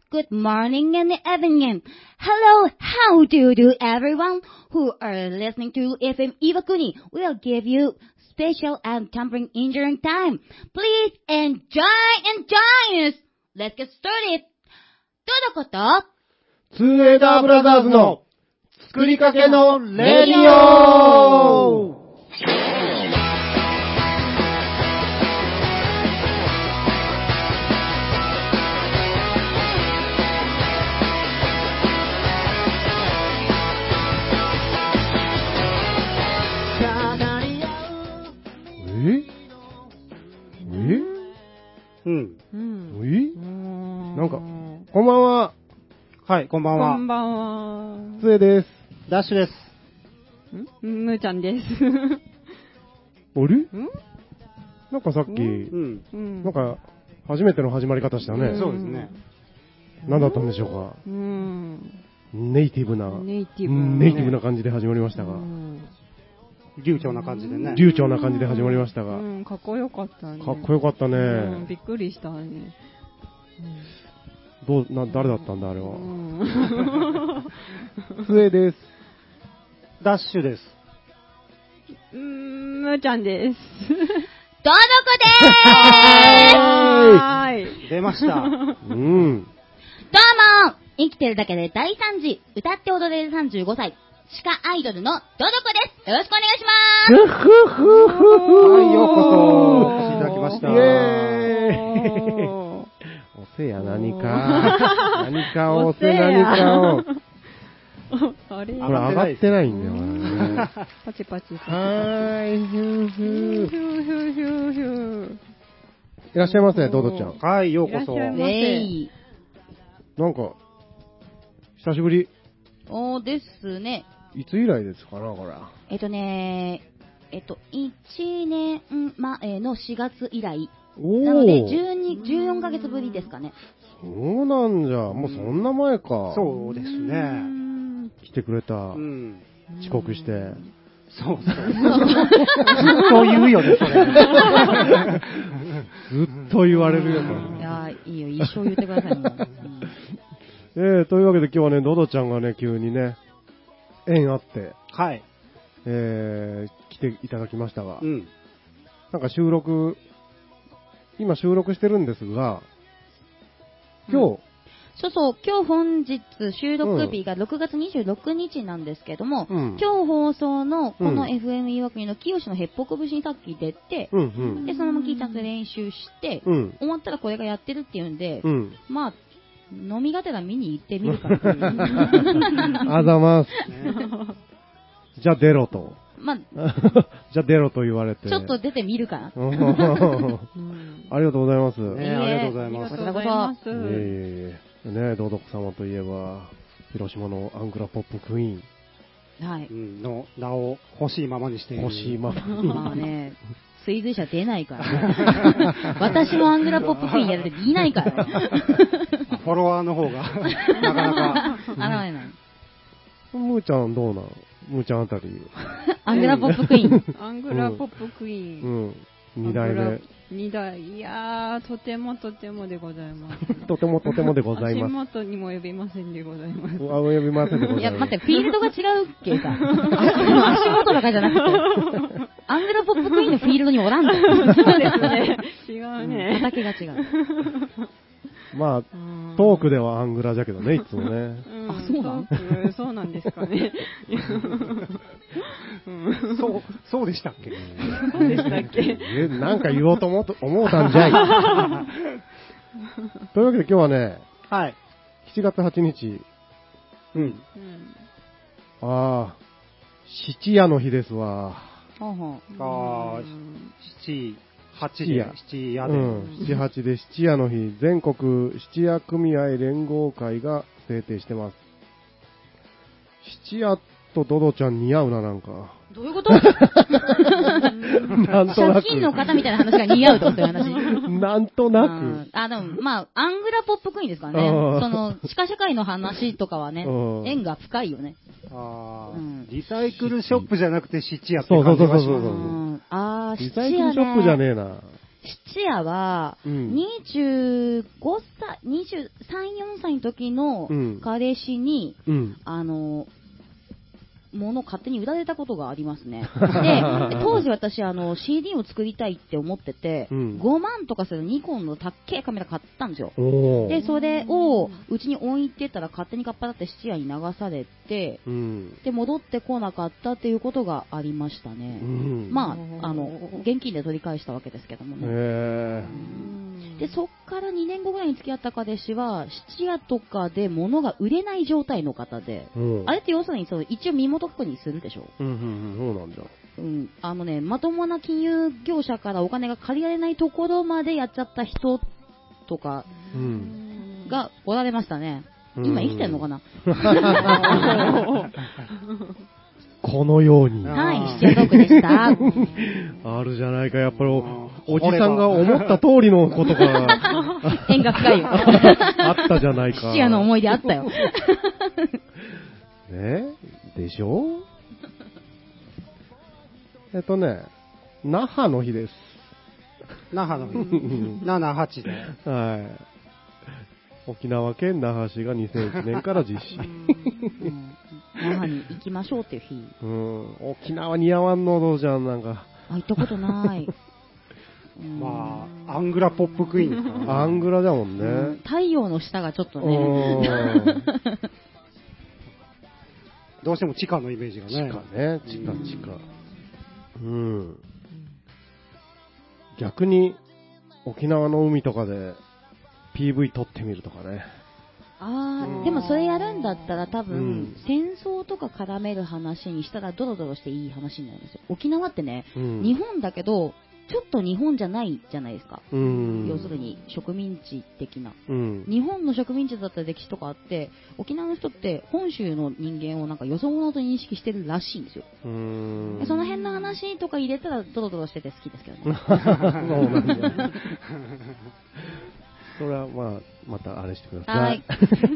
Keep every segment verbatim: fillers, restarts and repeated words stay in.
good morning and evening. Hello, how do you do everyone who are listening to エフエム Iwakuni? We'll give you special and tampering enduring time. Please enjoy, enjoy us. Let's get started. どうだことツーエイダーブラザーズの作りかけのレディオええうん。 うん。 えなんか、こんばんは。 はい、こんばんは。 こんばんは。 つえです。 ダッシュです。 んむーちゃんです。 あれんなんかさっき、 うん。 うん。 なんか、初めての始まり方したね。 そうですね。 何だったんでしょうか。 うん。 ネイティブな、 ネイティブな。 ネイティブな感じで始まりましたが。 うん。 流暢な感じでね。 流暢な感じで始まりましたが。 うん、かっこよかったね。 かっこよかったね。 うん、びっくりしたね。 どう、な、誰だったんだ、あれは。 うん。 つえです。 ダッシュです。 うーん、むーちゃんです。 どどこでーすはーい。 出ました。うん。 どうも生きてるだけで大惨事、歌って踊れるさんじゅうごさい、地下アイドルのどどこです。よろしくお願いしまーす。 ふふふふはい、ようこそ、お越しいただきました。 イェーイおせや何か、何かをおせ何かを。 あれこれ上がってないんだよ、ね。 パチパチ。 はーい、ふーふー。 ふーふーふーふー。 いらっしゃいませ、ドドちゃん。 はい、ようこそ。 いらっしゃいませえい。 なんか、久しぶり。 おーですね。 いつ以来ですかな、これ。 えっとね、えっと、いちねんまえのしがつ以来。 おー。 なので、じゅうに、じゅうよんかげつぶりですかね。 そうなんじゃ。もうそんな前か。 そうですね。 来てくれた。 うん。 遅刻して。 そうそう。ずっと言うよね、それ。 ずっと言われるよ、これ。 いやー、いいよ、一生言ってください、もう。 えー、というわけで今日はね、ドドちゃんがね、急にね、縁あって、 はい。 えー、来ていただきましたが、 うん。 なんか収録、今収録してるんですが、今日、うん、 そうそう、今日本日収録日がろくがつにじゅうろくにちなんですけども、 うん、 今日放送のこの エフエム 岩国の清のへっぽこ節にさっき出て、 うんうん、 で、そのまま聞いちゃんと練習して、うん、終わったらこれがやってるっていうんで、うん、まあ、飲みがてら見に行ってみるかっていう。 あざます。じゃあ出ろと。 まあ、 じゃあ出ろと言われて。 ちょっと出てみるかな。 ありがとうございます。 ね、ありがとうございます。 こちらこそ。 いえいえいえ。ね、ドドコ様といえば、広島のアングラポップクイーン。はい。 の名を欲しいままにしている。 欲しいまま。 まあね、追随者出ないからね。私もアングラポップクイーンやるっていないからね。 フォロワーの方が、なかなか。 現れない。 ムーちゃんどうなんムーちゃんあたり。 アングラポップクイーン。 アングラポップクイーン。 うん。二代目。 二代。いやー、とてもとてもでございます。 とてもとてもでございます。 足元にも呼びませんでございます。 あ、呼びませんでございます。 いや、待って、フィールドが違うっけさ。足元とかじゃなくて。アングラポップクイーンのフィールドにおらんと。 そうですね。違うね。 畑が違う。 まあ、トークではアングラじゃけどね、いつもね。 うん、 あ、そうなんそうなんですかね。 そう、そうでしたっけそうでしたっけえ、なんか言おうと思う思うたんじゃい。というわけで今日はね、 はい。 しちがつはちにち。 うん。 ああ、七夜の日ですわ。 ほうほう。 ああ、七、八で、七夜で。 うん、七八で七夜の日、全国七夜組合連合会が制定してます。七夜とドドちゃん似合うな、なんか。 どういうことなんとなく。 借金の方みたいな話が似合うってこという話。 なんとなく。 あ、でも、まあ、アングラポップクイーンですからね。その、地下社会の話とかはね、縁が深いよね。 ああ、うん、リサイクルショップじゃなくて七夜って感じがします。 そうそうそうそう。 ああ、 リサイクルショップじゃねえな。 七夜は、にじゅうごさい、 にじゅうさん、よんさいの時の彼氏に、 うん、 あの、物を勝手に売られたことがありますね。で、当時私、あの、シーディー を作りたいって思ってて、うん、ごまんとかするニコンのたっけえカメラ買ったんですよ。で、それをうちに置いてたら勝手にかっぱだって質屋に流されて、うん、で、戻ってこなかったっていうことがありましたね。うん、まあ、あの、現金で取り返したわけですけどもね。へー。で、そっからにねんごぐらいに付き合った彼氏は、質屋とかで物が売れない状態の方で、うん、あれって要するにその一応身元確認するでしょ。 うんうんうん、そうなんだ。 うん、あのね、まともな金融業者からお金が借りられないところまでやっちゃった人とかがおられましたね。うん、今生きてんのかなこのように。 はい、七夜トークでした。 あるじゃないか、やっぱりお、おじさんが思った通りのことが。 縁が深いよ。 あったじゃないか。 七夜の思い出あったよ。 ねでしょえっとね、那覇の日です。 那覇の日。ななはちで。 はい。沖縄県那覇市がにせんいちねんから実施。 うん、那覇に行きましょうっていう日。 うん。沖縄似合わんのどうじゃん、なんか。 あ、行ったことない。 まあ、アングラポップクイーンですからね。 アングラだもんね。うん、 太陽の下がちょっとね。 どうしても地下のイメージがね。 地下ね、地下地下。うん。逆に沖縄の海とかで ピーブイ 撮ってみるとかね。 ああ、でもそれやるんだったら多分、うん、戦争とか絡める話にしたらドロドロしていい話になるんですよ。沖縄ってね、うん、日本だけどちょっと日本じゃないじゃないですか。うん、要するに植民地的な、うん、日本の植民地だった歴史とかあって、沖縄の人って本州の人間をなんかよそ者と認識してるらしいんですよ。うーん、その辺の話とか入れたらドロドロしてて好きですけどね。そうなんだ。 それはまあまたあれしてください。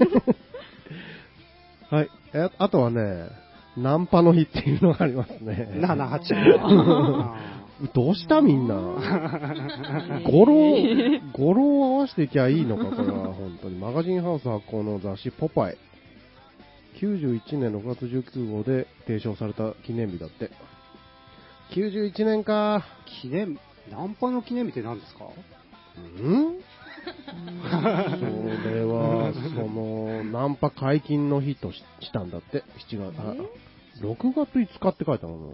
はい。はい。えあとはね、ナンパの日っていうのがありますね。 ななはち。 どうしたみんな。語呂、語呂を合わせていきゃいいのか、これは本当に。マガジンハウス発行の雑誌ポパイ。きゅうじゅういちねんろくがつじゅうくごうで提唱された記念日だって。きゅうじゅういちねんか。 記念、ナンパの記念日って何ですか？ んそれは、その、ナンパ解禁の日と し, したんだって。しちがつ、あ、ろくがついつかって書いてあるの。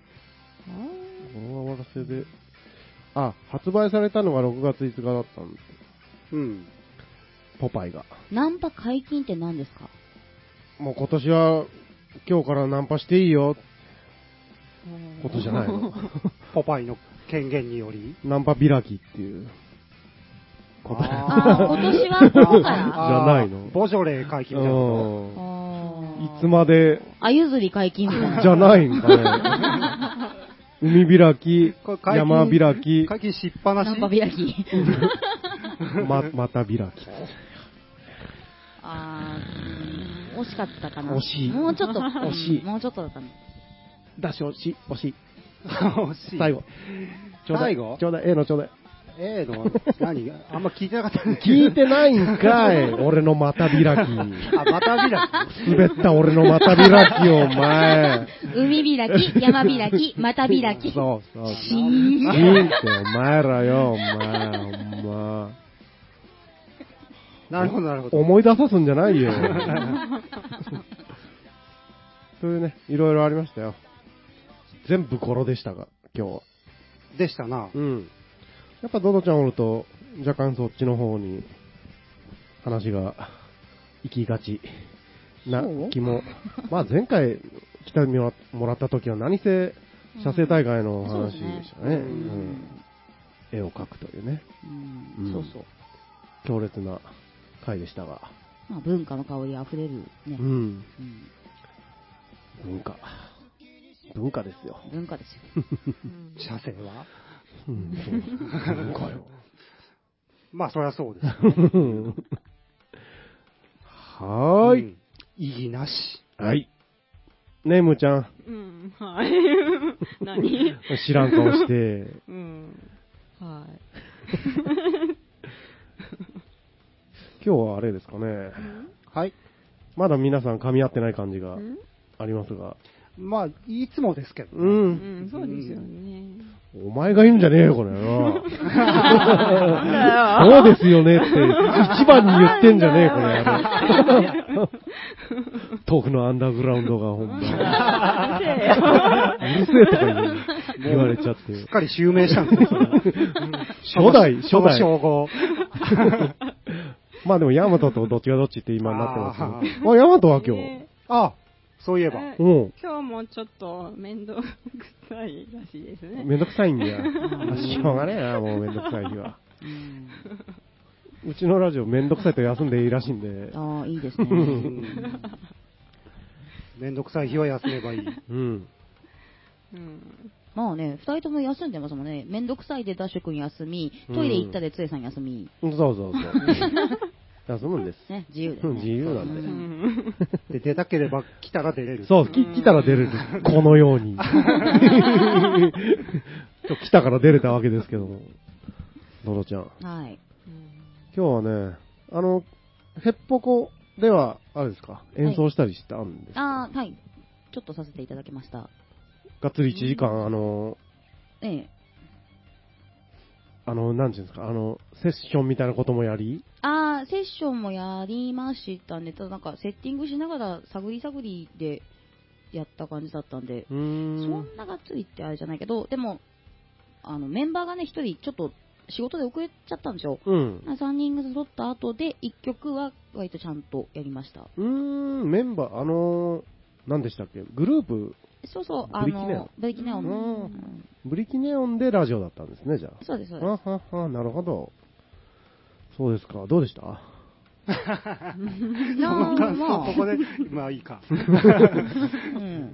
終わらせで、あ、発売されたのがろくがついつかだったんです。うん。ポパイが。 ナンパ解禁って何ですか？ もう今年は、今日からナンパしていいよ。ことじゃないの。 ポパイの権限によりナンパ開きっていう。 ことあ今年はここからじゃないの。 ボジョレー解禁みたいなこと。いつまで。 あゆずり解禁みたいな。 じゃないんかね。海開き、山開き。 解禁しっぱなし。 ナンパ開き。 ま、また開き。 あー、惜しかったかな。 惜しい。 もうちょっと。 惜しい。 もうちょっとだったの。 だし惜しい。惜しい。 惜しい。 最後。 最後ちょうだい、A のちょうだい。 A の、何あんま聞いてなかったね。 聞いてないんかい。俺の股開き。あ、 股開き。滑った俺の股開きを、お前。 海開き、山開き、股開き。 そうそう。 シーン。 シーンってお前らよ、お前。お前。 なるほど、なるほど。 思い出さすんじゃないよ。そういうね、いろいろありましたよ。全部ゴロでしたが、今日は。 でしたな。 うん。やっぱドドちゃんおると、若干そっちの方に話が行きがちな気も。まあ前回来てもらった時は何せ写生大会の話でしたね。うんうん、絵を描くというね。 うんうん、そうそう。 強烈な回でしたが。 まあ文化の香りあふれるね。うん。うん、 文化。文化ですよ。 文化ですよ。 写生はうん、そう文化よ。 まあそりゃそうです、ね。 はーい、うん。 意義なし。 はい。ねえ、むちゃん。 うん、はい。何知らん顔して。 うん。はい。 今日はあれですかね。 はい。 まだ皆さん噛み合ってない感じがありますが。 まあ、いつもですけど、ね。 うん。 うん、そうですよね。 お前が言うんじゃねえよ、これよ。そうですよねって、一番に言ってんじゃねえ、これ。豆腐のアンダーグラウンドがほんま。うるせえとか言う言われちゃって。 すっかり襲名したんですよ、それ初代、初代。 称号。 まあでも、ヤマトとどっちがどっちって今なってますけど。あ、ヤマトは今日。 ねあ、そういえば。 えうん。 今日もちょっと面倒くさいらしいですね。 めんどくさいんだよ。しょうがねえな、もうめんどくさい日は。うちのラジオめんどくさいと休んでいいらしいんで。 ああ、いいですね。 めんどくさい日は休めばいい。 うん。 うん。 まあね、二人とも休んでますもんね。めんどくさいでダッシュ君休み、トイレ行ったでつえさん休み。 そうそうそう。休むんです。 ね、自由ですね。 自由なんで。 うん、 で、出たければ来たら出れる。 そう、き来たら出れる。このように。今日来たから出れたわけですけども。ドロちゃん。 はい。 今日はね、あの、ヘッポコでは、あれですか、演奏したりしてあるんですか、 ああ、はい。ちょっとさせていただきました。 がっつりいちじかん、あの、 ええ。 あの、なんていうんですか、あの、セッションみたいなこともやりああ、セッションもやりましたね。ただなんか、セッティングしながら、探り探りでやった感じだったんで、 うーん。 そんながっつりってあれじゃないけど、でも、あの、メンバーがね、一人、ちょっと、仕事で遅れちゃったんですよ。 うん。 さんにんが揃った後で、いっきょくは割とちゃんとやりました。 うーん、メンバー、あのー、何でしたっけ、グループ、 そうそう、あブリキネオンの、ブリキネオン。 うんうんブリキネオンでラジオだったんですね、じゃあ。 そうです、そうあです。 はは、なるほど。そうですか、どうでしたその感想、ここで、まあいいか。 うん、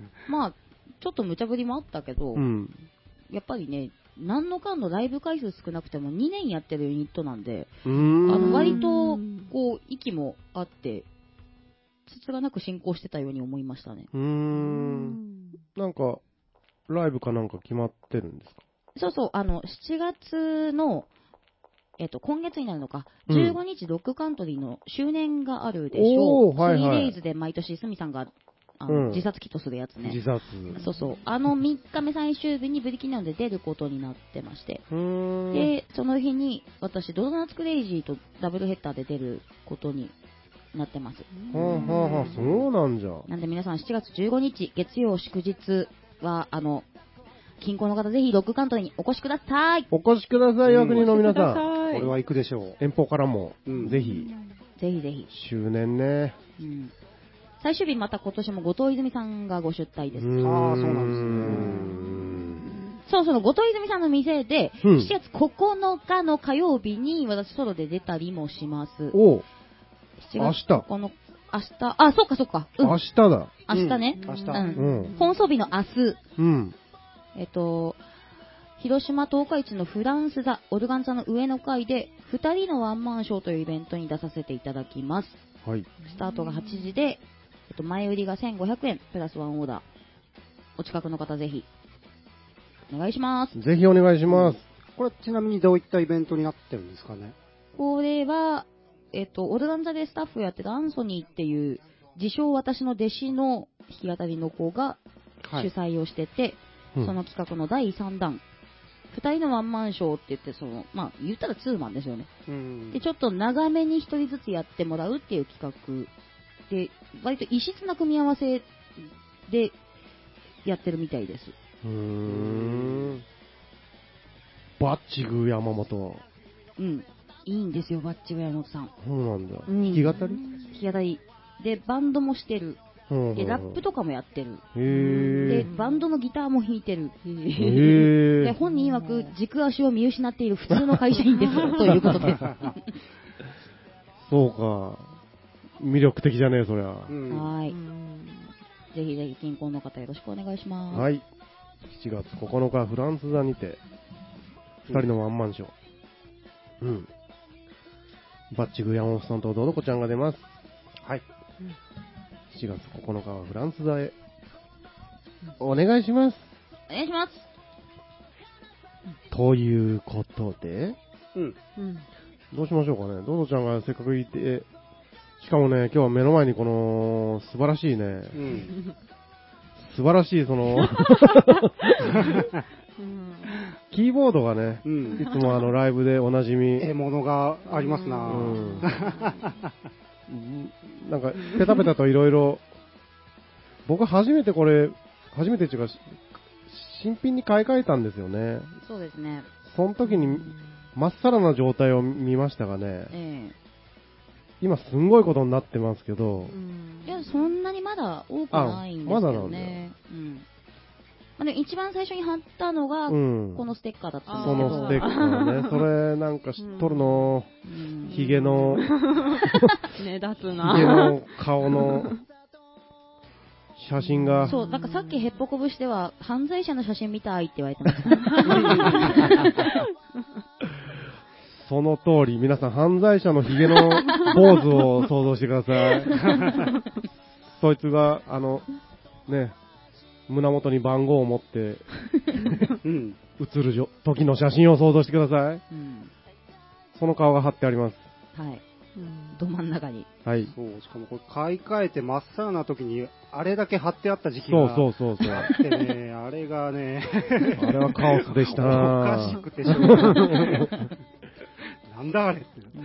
まあ、ちょっと無茶ぶりもあったけど、 うん。 やっぱりね、何のかんのライブ回数少なくてもにねんやってるユニットなんで、 うーん。 あの割とこう息もあって、つつがなく進行してたように思いましたね。 うーん。なんか、ライブかなんか決まってるんですか？ そうそう、あの、しちがつの、えっと、今月になるのか、 うんじゅうごにちロックカントリーの周年があるでしょう。 おーはいはいスリーデイズで毎年、スミさんがあの、 うん自殺祈祷するやつね。 自殺。 そうそう。あのみっかめ最終日にブリキネオンで出ることになってまして。 うーん。 で、その日に私、ドドナツクレイジーとダブルヘッダーで出ることになってます。 はあはあはあ、そうなんじゃ。 なんで皆さんしちがつじゅうごにち、月曜祝日は、あの、近郊の方ぜひロックカントリーにお越しください。 お越しください、岩国の皆さん。 これは行くでしょう。 遠方からも、 うんぜひ、 ぜひぜひ。 周年ね。 うん、最終日また今年も後藤泉さんがご出退です。 ああ、そうなんですね。そうそう、後藤泉さんの店で、 うん、 しちがつここのかの火曜日に私ソロで出たりもします。 おう。 しちがつここの明日、あ、そっかそっか。 うん、明日だ。 明日ね。 うん、明日。 うん。 うん、 本葬日の明日。 うん。 えっと、広島東海市のフランス座、オルガン座の上の階で、ふたりのワンマンショーというイベントに出させていただきます。 はい。 スタートがはちじで、えっと、前売りがせんごひゃくえん、プラスワンオーダー。お近くの方ぜひ、お願いします。 ぜひお願いします。 これちなみにどういったイベントになってるんですかね。 これは、えっと、オルガン座でスタッフやってるアンソニーっていう、自称私の弟子の弾き語りの子が主催をしてて、はい、その企画のだいさんだん、ふたりのワンマンショーって言って、その、まあ、言ったらツーマンですよね。 うん、 で、ちょっと長めにひとりずつやってもらうっていう企画で、割と異質な組み合わせでやってるみたいです。 うーん。バッチグ山本。 うん。いいんですよ、バッチグ山本さん。 そうなんだ。 うん、 弾き語り？ 弾き語り。で、バンドもしてる。で、ラップとかもやってる。 へで、バンドのギターも弾いてる。 へで、本人曰く軸足を見失っている普通の会社員ですということです。 そうか。魅力的じゃねえ、そりゃ。 うん、はい。ぜひぜひ近郊の方よろしくお願いします。 はい。しちがつここのかフランス座にて、ふたりのワンマンショー。うん。バッチグ山本さんとドドコちゃんが出ます。 はい。 しちがつここのかはフランス座へ。お願いします。 お願いします。 ということで、 うん。 どうしましょうかね。ドドちゃんがせっかくいて、しかもね、今日は目の前にこの、素晴らしいね、うん、素晴らしいその、キーボードがね、うん、いつもあのライブでおなじみ。 獲物がありますな、うん、 なんか、ペタペタといろいろ、僕初めてこれ、初めてっていうか、新品に買い替えたんですよね。 そうですね。 その時に、まっさらな状態を見ましたがね、ええ、今すんごいことになってますけど、 うん、いや、そんなにまだ多くないんですよね。まだなんだよ。うん。まあ、で一番最初に貼ったのが、このステッカーだったんですけど、 うん、そのステッカーね、それなんか知っとるの、ヒゲの、 目立つな。 ヒゲの顔の、写真が。 そう、なんかさっきヘッポコ節では、犯罪者の写真みたいって言われてました。 その通り、皆さん犯罪者のヒゲの坊主を想像してください。そいつが、あの、ね、胸元に番号を持って、うん、写る時の写真を想像してください。うん、その顔が貼ってあります。 はい。うん、ど真ん中に。 はい。 そう、しかもこれ買い替えて真っさらな時に、あれだけ貼ってあった時期がそうそうそうそう。 あってね、あれがね、 あれはカオスでしたな。おかしくてしょうがない。なんだあれって。うん。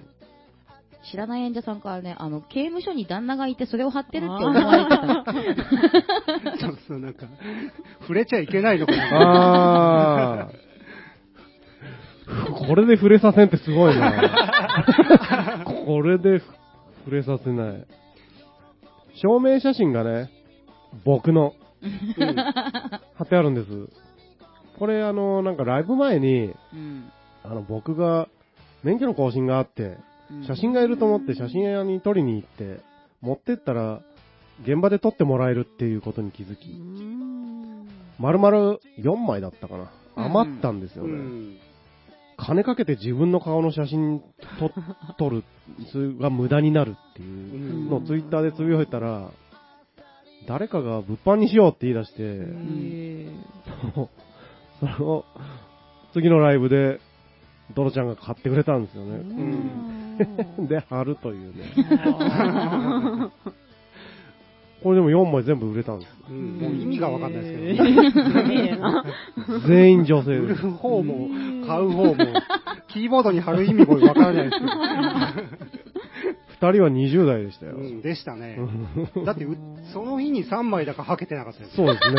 知らない演者さんからね、あの、刑務所に旦那がいてそれを貼ってるって思われてた。 そうそう、なんか、触れちゃいけないのかな。 ああ。これで触れさせんってすごいな。これで触れさせない。証明写真がね、僕の、うん、貼ってあるんです。これあの、なんかライブ前に、うん、あの僕が免許の更新があって、写真がいると思って写真屋に撮りに行って、持ってったら、現場で撮ってもらえるっていうことに気づき、丸々よんまいだったかな。余ったんですよね。うん、金かけて自分の顔の写真と撮る、それが無駄になるっていうのをツイッターでつぶやいたら、誰かが物販にしようって言い出して、その次のライブでドロちゃんが買ってくれたんですよね。うん、で、貼るというね。これでもよんまい全部売れたんです。 うん、もう意味がわかんないですけど、全員女性です。 売る方も買う方もキーボードに貼る意味もわからないですけど。 二人はにじゅう代でしたよ。 うん、でしたね。だってその日にさんまいだかはけてなかったです。 そうですね。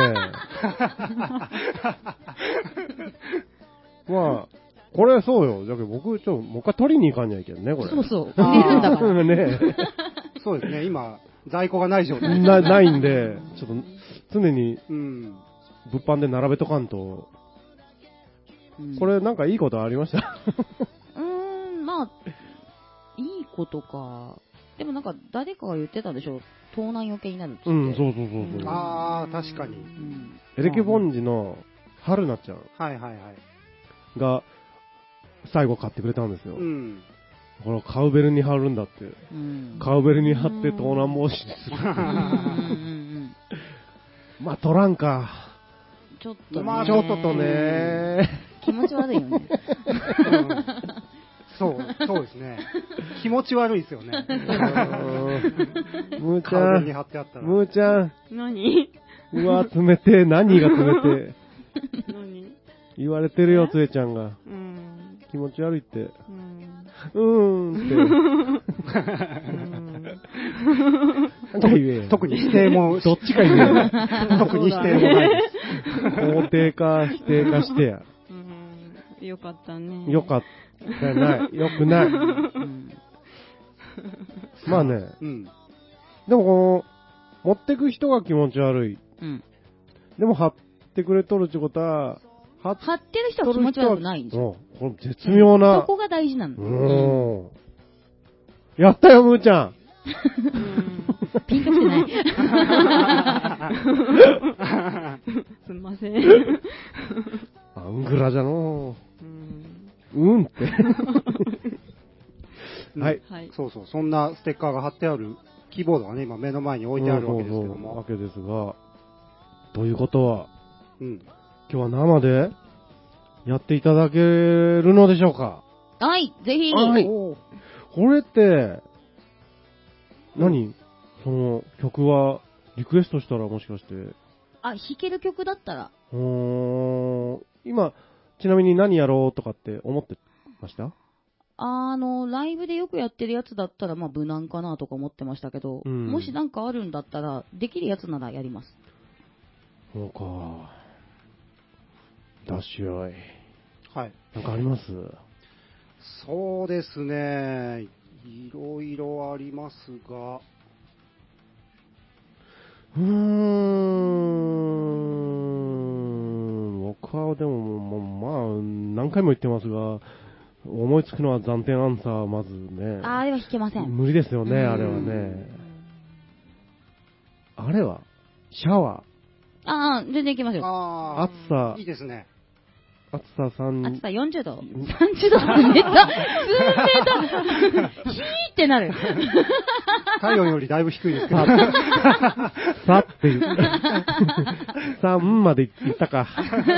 まあこれそうよ。だけど僕ちょっともう一回取りに行かんにゃいけんねこれ。 そうそう。売れるんだから。 ね。 そうですね。今在庫がない状態なないんで、ちょっと常に物販で並べとかんと。うん、これなんかいいことありました？ うーん、まあいいことか。でもなんか誰かが言ってたでしょ。盗難余計になるって。 うん、そうそうそうそう。 ああ確かに。うん、 エレキボンジの春菜ちゃん。 はいはいはい。 が最後買ってくれたんですよ。うん。これカウベルに貼るんだって。うん、カウベルに貼って盗難防止にする。まあ取らんか。 ちょっとね。 まあちょっととね。 気持ち悪いよね。 うん、そう、そうですね。気持ち悪いですよね。 むーちゃん。 に貼ってあったら。 むーちゃん。 何？ うわ、冷てえ。何が冷てえ。何？ 言われてるよ、つえちゃんが。うん、気持ち悪いって。うん、うーんって。なんか言えよ。 特に否定も、 どっちか言えよ。 特に否定もないです。 肯定か否定かしてや。 うん、よかったね。 よかったない。よくない。うん、まあね。うん、でもこの、持ってく人が気持ち悪い。うん、でも貼ってくれとるってことは、 貼ってる人は気持ち悪くないんですよ。 これ絶妙な。 そこが大事なんだ。うん。 やったよ、むーちゃん。 ピンときてない。 すんません。 アングラじゃのう。うんって。はい。 そうそう、そんなステッカーが貼ってあるキーボードがね、今目の前に置いてあるわけですけども。 わけですが、ということは、うん。今日は生でやっていただけるのでしょうか？ はい、ぜひ。 はいおーこれって、何その曲は、リクエストしたらもしかして、 あ、弾ける曲だったら。 うーん、今、ちなみに何やろうとかって思ってました？ あの、ライブでよくやってるやつだったら、まあ、無難かなとか思ってましたけど、 うんもしなんかあるんだったら、できるやつならやります。 そうか。ダッシュアイ。 はい。 なんかあります？ そうですね。いろいろありますが、 うーん、僕はでも、もうまあ、何回も言ってますが、思いつくのは暫定アンサー、まずね。 あれは弾けません。 無理ですよね、 うんあれはね。あれは、シャワー。 ああ、全然いけますよ。 あ暑さーいいですね。 暑ささん、 暑さよんじゅうど。さんじゅうどってめっちゃ、冷た。ヒーってなる。 体温よりだいぶ低いですけど。 さって言う。さんまで言ったか。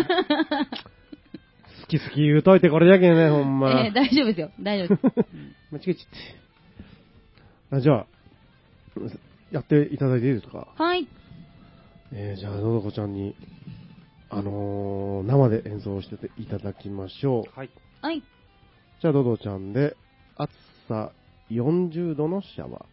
好き好き言うといてこれだけね、ほんま。 えー大丈夫ですよ。大丈夫です。 間違えちゃって。あ、じゃあ、やっていただいていいですか？ はい。 えー、じゃあ、のどこちゃんに、あのー、生で演奏していただきましょう。 はい。 はい。 じゃあ、ドドちゃんで、暑さよんじゅうどのシャワー。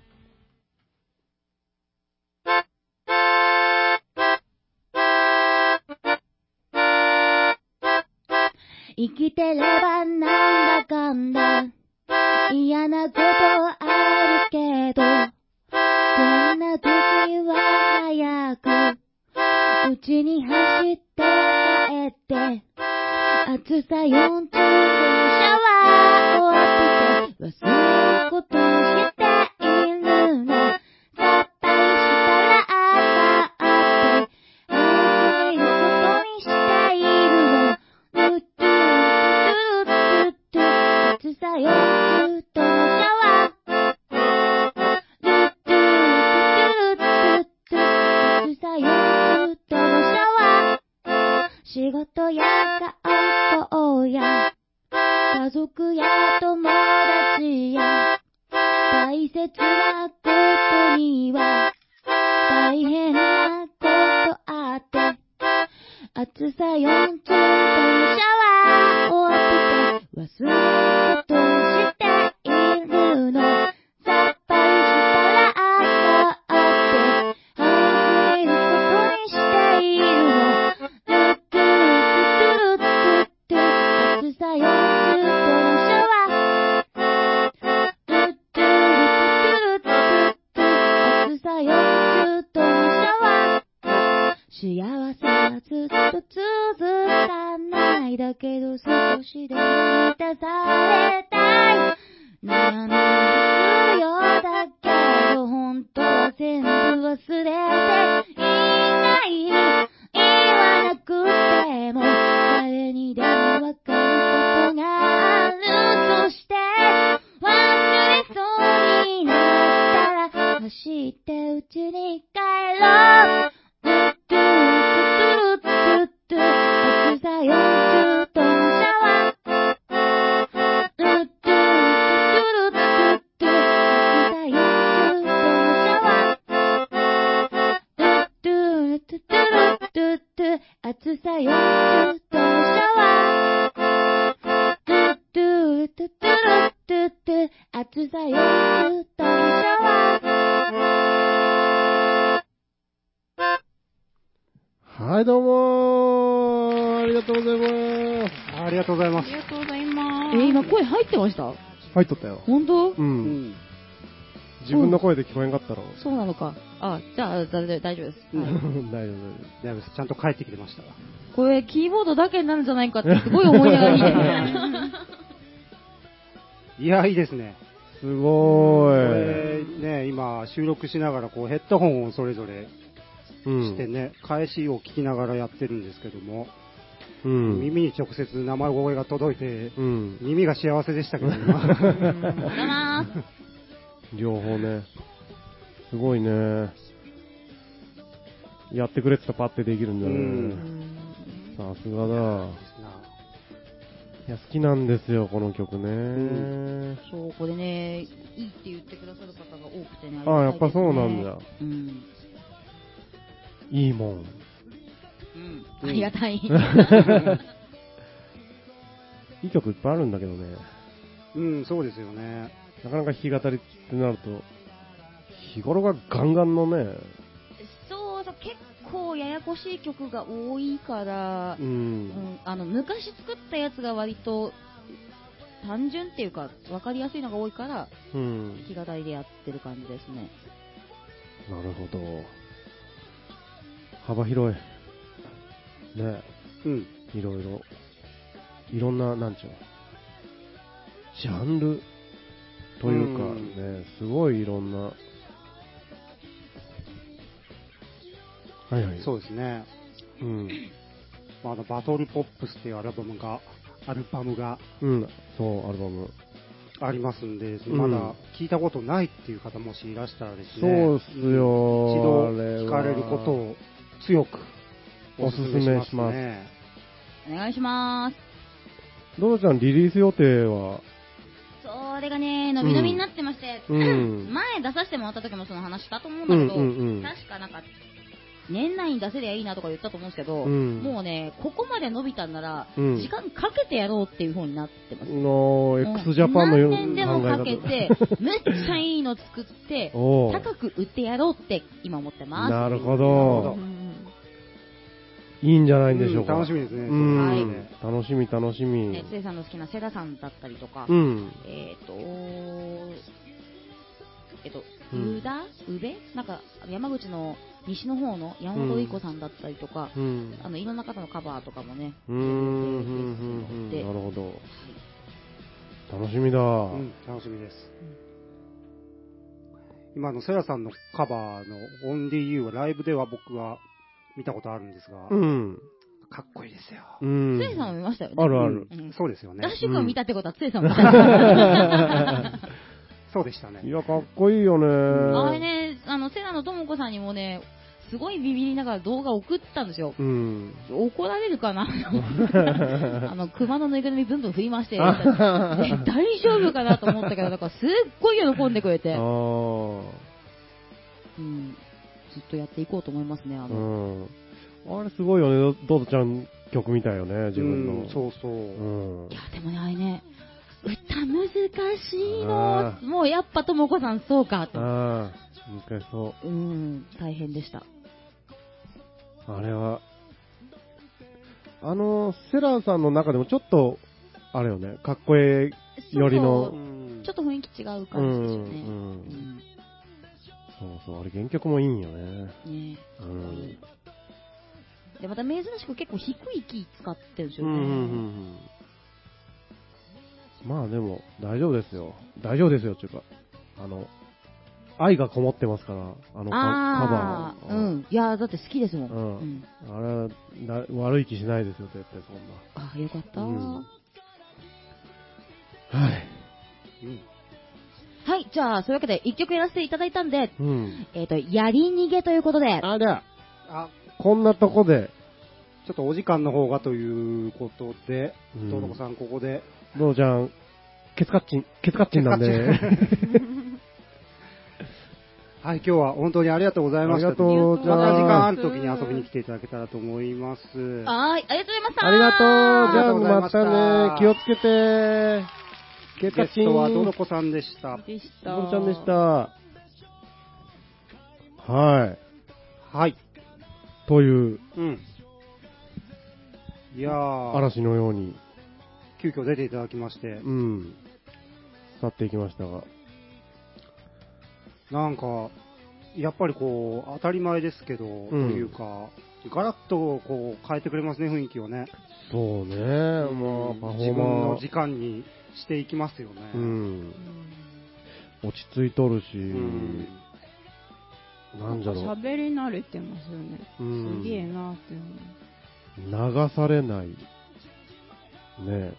生きてればなんだかんだ嫌なことあるけど、こんな時は早く家に走って帰って、暑さよんじゅうどのシャワーを浴びて忘れることしているの。さっぱりしたらあったあって早く寝ることにしているの。ルットゥルットゥルットゥルットゥ暑さよんじゅうどのシャワー。ルットゥルットゥルットゥ暑さよんじゅうどのシャワー。仕事や学校や家族や友達や大切なことには大変なことあって、暑さよんじゅうどのシャワーを浴びて忘れることにしているの。さっぱりしたらあったあって早く寝ることにしているの。ルットゥルットゥルットゥルットゥ暑さよんじゅうどのシャワー。ルットゥルットゥルットゥ暑さよんじゅうどのシャワー。幸せはずっと続かないだけど少しでも満たされたい。悩んでるようだけど本当は全部忘れていない。言わなくても誰にでもわかることがあるとして忘れそうになったら走ってうちに帰ろう。ルットゥルットゥルットゥルットゥ暑さよんじゅうどのシャワー。ルットゥルットゥルットゥルットゥ暑さよんじゅうどのシャワー。ルットゥルットゥルットゥルットゥ暑さよんじゅうどのシャワー。ルットゥルットゥルットゥルットゥ暑さよんじゅうどのシャワー。 はい、どうもーありがとうございます。 ありがとうございますあり。がとうございます。 え、今声入ってました？ 入っとったよ。 本当？ う。 うんん。 自分の声で聞こえんかったろ。 そうなのか。あ、じゃあ、だ大丈夫です。はい大丈夫、大丈だいぶちゃんと帰ってきてましたわ。 これ、キーボードだけになるんじゃないかってすごい思いながら弾いていや、いいですね。 夫。すごこーい。 れね、今収録しながらこうヘッドホンをそれぞれうん。 してね、返しを聞きながらやってるんですけども、 うん。 耳に直接生声が届いて、 うん。 耳が幸せでしたけど、 ありがとうございます。 両方ね。すごいね。やってくれって言ったらパッてできるんだうね。さすがだ。 いや、好きなんですよ、この曲ね。 んそう、これね、いいって言ってくださる方が多くてね。 ああ、やっぱりがたいですねそうなんだ。 うん。 いいもん。 うん。ありがたい。 いい曲いっぱいあるんだけどね。 うん、そうですよね。 なかなか弾き語りってなると、日頃がガンガンのね、 そうそう、結構ややこしい曲が多いから、 ううんん。 あの昔作ったやつが割と単純っていうか分かりやすいのが多いからうん。 弾き語りでやってる感じですね。 なるほど。幅広い。ね、 うん。 いろいろ。いろんな、なんちゅうの。ジャンルというかうんね、すごいいろんな。はいはい。 そうですね。 うん。 まあ、あの、バトルポップスっていうアルバムが、アルバムがうん、そう、アルバム。 ありますんで、 うんまだ聞いたことないっていう方もしいらしたらですね、 そうっすよ、 一度あれは聞かれることを強くおすすめしますおすすめしね。 お願いします。 ドロちゃんリリース予定は、 それがね、伸び伸びになってまして、 うん前出させてもらった時もその話したと思うんだけど、 うんうんうん確かなんか、年内に出せりゃいいなとか言ったと思うんですけど、 うんもうね、ここまで伸びたんなら、 うん時間かけてやろうっていう風になってます。 のもう x ジャパンの何よ年でも考えかけて、めっちゃいいの作って、 おう高く売ってやろうって今思ってます。 なるほなるほどど。 いいんじゃないんでしょうか。 うん楽しみですねうんはい楽しみ楽しみ。 ね、つえさんの好きなセダさんだったりとか、 うん。 えっ、と、えっと、 うん宇田宇部なんか、山口の西の方の山本莉子さんだったりとか、 うん。 あの、いろんな方のカバーとかもね、 うーん、うん、うん、 でなるほど。楽しみだ。 うん、楽しみです。今のセラさんのカバーの Only You はライブでは僕は見たことあるんですが、 うん。 かっこいいですよ。 うん。 つえさんも見ましたよね。 あるある。 うんそうですよねダッ。シュ君見たってことはつえさんも見た。 そうでしたね。 いや、かっこいいよね。 あれね、あの、セナのともこさんにもね、すごいビビりながら動画送ったんですよ。 うん。 怒られるかなあの、熊のぬいぐるみブンブン振りまして、で大丈夫かなと思ったけど、なんかすっごい喜んでくれて、 ああ。 うん、ずっとやっていこうと思いますね、あうの。 ん。あれすごいよね。ドドちゃん曲みたいよね、自分の。 うん、そうそう。 うんい。や、でもね、あれね、歌難しいあの。もうやっぱともこさんそうかと。 ああ、難しそうん、大変でした。 う。あれは、あの、セラーさんの中でもちょっと、あれよね、かっこええよりのそうそううんちょっと雰囲気違う感じですよね。 うんうんうんそうそう、あれ原曲もいいんよね。 ねうん。 で、また珍しく結構低いキー使ってるんですよね。 うんうんうんうん。まあでも、大丈夫ですよ。大丈夫ですよ、っていうか、あの、愛がこもってますから、あのカああ、 カバー。 うん。いやーだって好きですもん。 うんうんあれはな悪い気しないですよ、絶対そんな。 あーよかった、 うんはい。 うんはい、じゃあ、そういうわけで一曲やらせていただいたんで、 うん。 えっ、と、やり逃げということで、 ありゃ、 あ、 こんなとこで、 ちょっとお時間の方がということで、 うんどうのこさんここで、 どうちゃん、ケツカッチン、ケツカッチンなんで。 はい、今日は本当にありがとうございました。 ありがとうまた時間あある時に遊びに来ていただけたらと思います。 はーい、ありがとうございました。 ありがとう。じゃあありがとうございまましたたね。気をつけて。ケツカッチン。 ゲストはどのこさんでした。 でした。 どうちゃんでした。はい。 はい。 という、 うん。いやー、 嵐のように、 急遽出ていただきまして、 うん、去っていきましたが。 なんか、やっぱりこう、当たり前ですけど、というか、ガラッとこう変えてくれますね、雰囲気をね。 そうね、まあ、パフォー自分のマー時間にしていきますよね。 うん、落ち着いとるし、 うんなんじゃろう、 喋り慣れてますよね。 うんすげえなって思う。 流されない、ね、 うん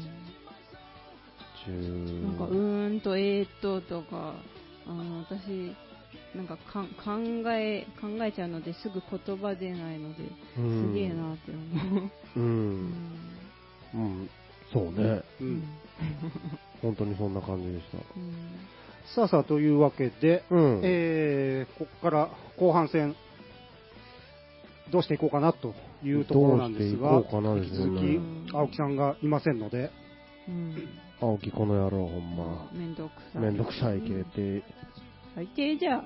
ちゅなんか、うーんと、えーっととか、あの、私、なんかかん考え、考えちゃうのですぐ言葉出ないので、 うんすげえなって思う。 う、 うんんうん、 そうね。 うん。 本当にそんな感じでした。 うん、 さあさあ、というわけで、 うん、 えー、ここから後半戦、どうしていこうかなというところなんですが、引き続き、青木さんがいませんので、 うん、 青木この野郎ほんま。 めんどくさい。 めんどくさい系って。 最低じゃん。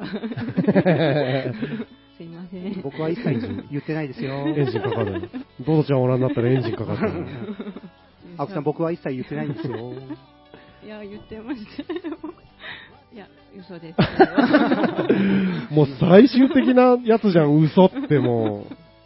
すいません。 僕は一切言ってないですよ。 エンジンかかる。ドドちゃんおらんなったらエンジンかかってる。 青木さん、僕は一切言ってないんですよ。 いや、言ってましたよ。いや、嘘です。 もう最終的なやつじゃん、嘘っても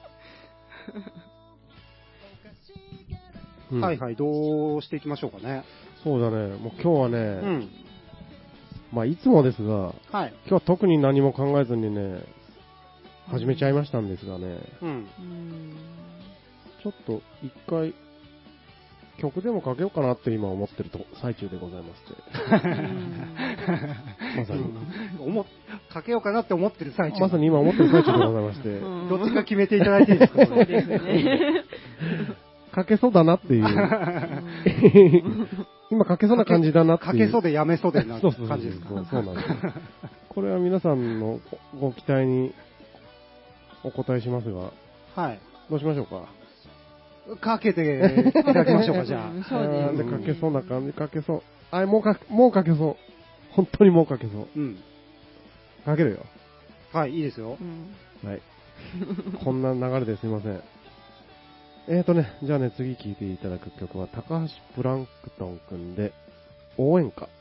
う。うん、はいはい、どうしていきましょうかね。 そうだね、もう今日はね、 うん、 まあいつもですが、 はい、 今日は特に何も考えずにね、始めちゃいましたんですがね、 うん、 ちょっと一回、曲でもかけようかなって今思ってると最中でございまして。まさに。 思かけようかなって思ってる最中。 まさに今思ってる最中でございまして。 どっちか決めていただいていいですか？ そうですね。 かけそうだなっていう。今かけそうな感じだなっていう。 かけそうでやめそうでな感じですか？ そうそうなんです。これは皆さんのご期待にお答えしますが、 はい。 どうしましょうか。 かけていただきましょうか、じゃあ。 そうですね。 でかけそうな感じ、かけそう。あ、もうか、もうかけそう。本当にもうかけそう。 うん。 かけるよ。 はい、いいですよ。 うん、 はい。こんな流れですいません。えーとね、じゃあね、次聴いていただく曲は、高橋プランクトンくんで、応援歌。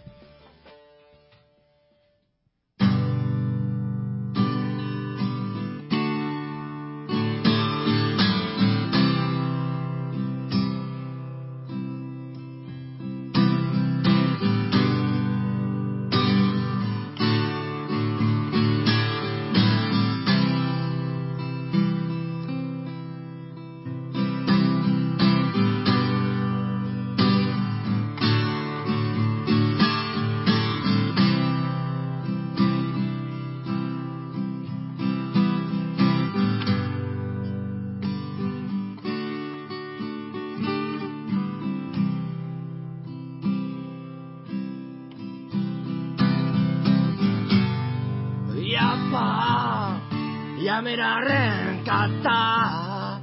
やめられんかった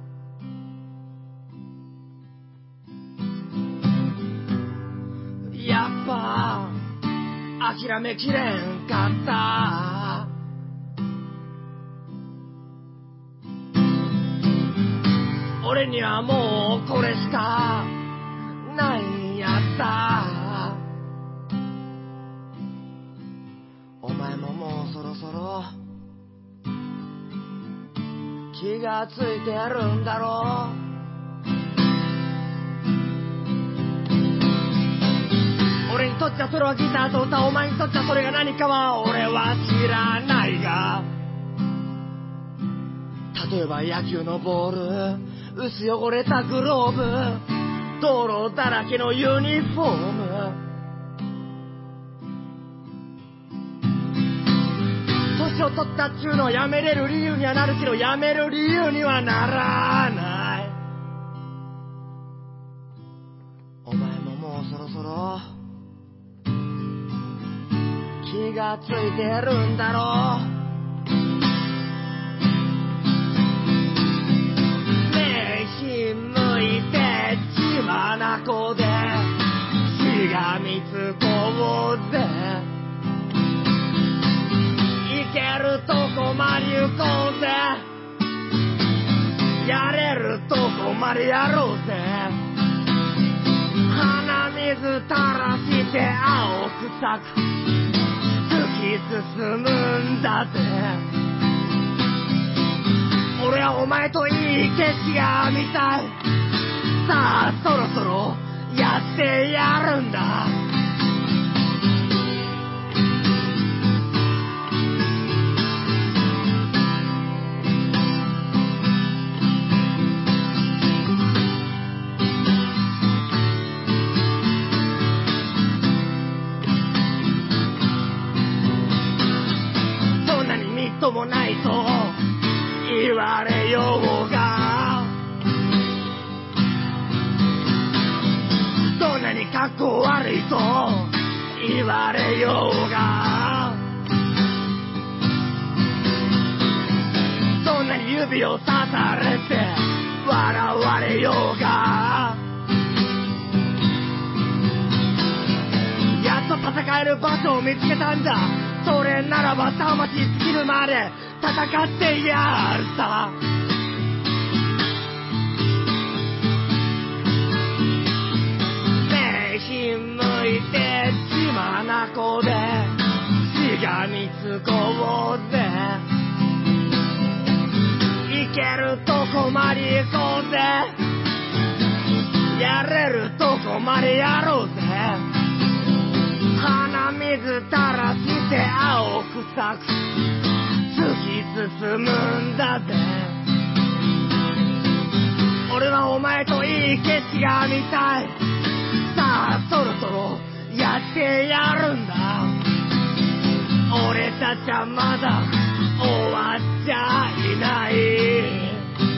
やっぱ諦めきれんかった俺にはもうこれしかないんやったお前ももうそろそろ気がついてるんだろう俺にとっちゃそれはギターと歌お前にとっちゃそれが何かは俺は知らないが例えば野球のボール薄汚れたグローブ道路だらけのユニフォーム年を取ったっちゅうのはやめれる理由にはなるけどやめる理由にはならないお前ももうそろそろ気がついてるんだろう目ひ向いて血まなこでしがみつこうぜ行けるとこまで行こうぜやれるとこまでやろうぜ鼻水垂らして青臭く突き進むんだぜ俺はお前といい景色が見たいさあそろそろやってやるんだそんなにみっともないと言われようが言われようが、どんなに指を刺されて笑われようが、やっと戦える場所を見つけたんだ。それならば魂尽きるまで戦ってやるさ。目ひんむいて血まなこでしがみつこうぜ。行けるとこまで行こうぜ。やれるとこまでやろうぜ。鼻水垂らして青臭く突き進むんだぜ。俺はお前といい景色が見たい。さあそろそろやってやるんだ。俺たちはまだ終わっちゃいない。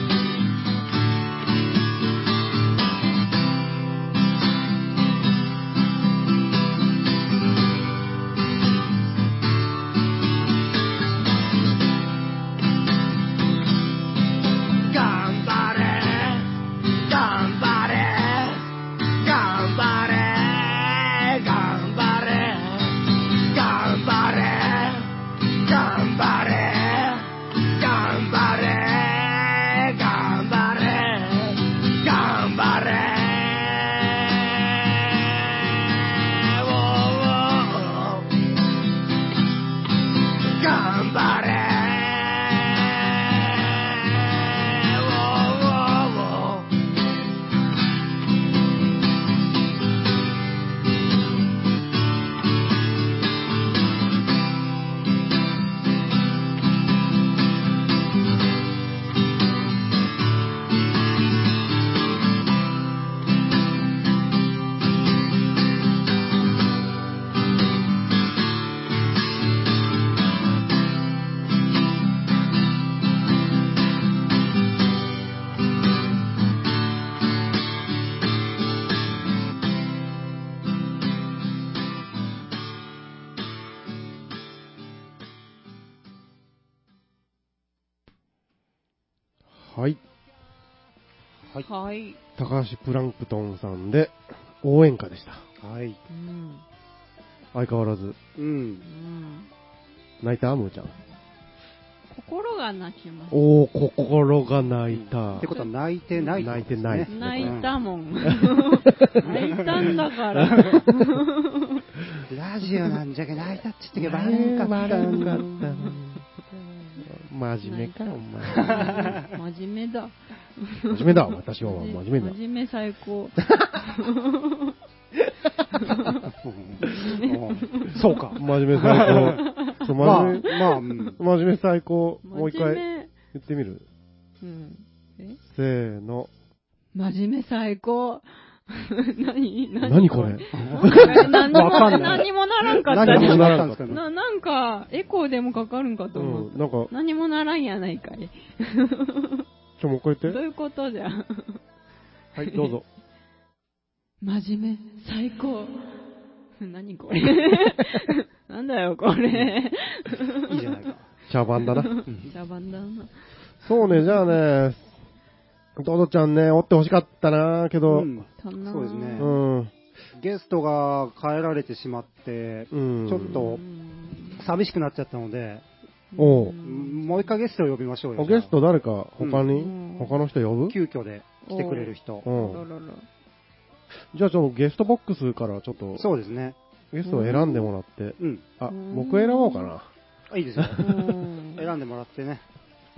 はい。 はい。 はい。 高橋プランクトンさんで応援歌でした。 はい。 うん。 相変わらず。 うん。 うん。 泣いたむーちゃん。 心が泣きます。 おー、心が泣いた。 ってことは泣いてない、 ね、泣いてない。 泣いたもん。泣いたんだから。 ラジオなんじゃけ泣いたって言ってけばバレんかったんだ。 真面目か、お前。 真面目だ。 真面目だ、私は真面目だ。 真面目最高。 そうか。 真面目最高。そう、真面目、 まあ、まあ、うん、 真面目最高。もう一回言ってみる？ うん。え？ せーの。 真面目最高。何何何これ何も、何もならんかった何もならんかったな、なんか、エコーでもかかるんかと思った。うん、 なんか何もならんやないかい。 ちょ、もう一回言って。 どういうことじゃ。 はい、どうぞ。 真面目、最高。何これ。なんだよ、これ。 いいじゃないか。 茶番だな。 茶番だな。 そうね、じゃあね、ドドちゃんね、追ってほしかったなけど、うん、 そうですね、 うん。 ゲストが帰られてしまって、うん、ちょっと寂しくなっちゃったので、 おうもう一回ゲストを呼びましょうよ。 ゲスト誰か他に、うん、他の人呼ぶ？ 急遽で来てくれる人。 うん、じゃあちょっとゲストボックスからちょっと、 そうですね。 ゲストを選んでもらって、うん、あ、僕選ぼうかな。 いいですよ。選んでもらってね。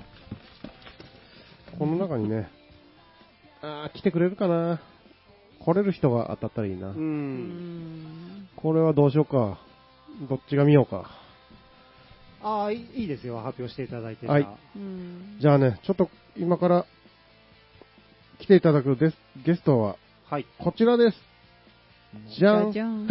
この中にね、あー、来てくれるかな。来れる人が当たったらいいな。うーん。これはどうしようか。どっちが見ようか。 ああ、いいですよ。発表していただいて。 はい。じゃあね、ちょっと今から来ていただくゲスゲストは、 はい。 こちらです。じゃん。 じゃん。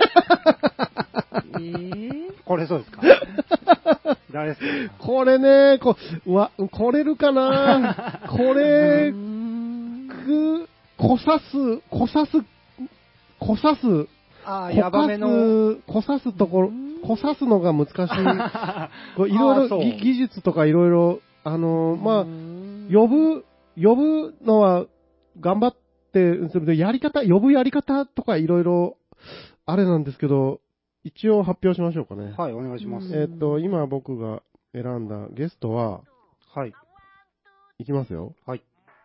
えー、 これそうですか。誰ですか。 これね、こ、うわ、来れるかな。これ、く、こさす、こさす、こさす。 ああ、ヤバめの。 こさすところ、こさすのが難しい。こういろいろぎ技術とかいろいろ、あのー、まあ、呼ぶ、呼ぶのは頑張って、それでやり方、呼ぶやり方とかいろいろあれなんですけど、一応発表しましょうかね。 はい、お願いします。 えっと、今僕が選んだゲストは、 はい。 いきますよ。 はい。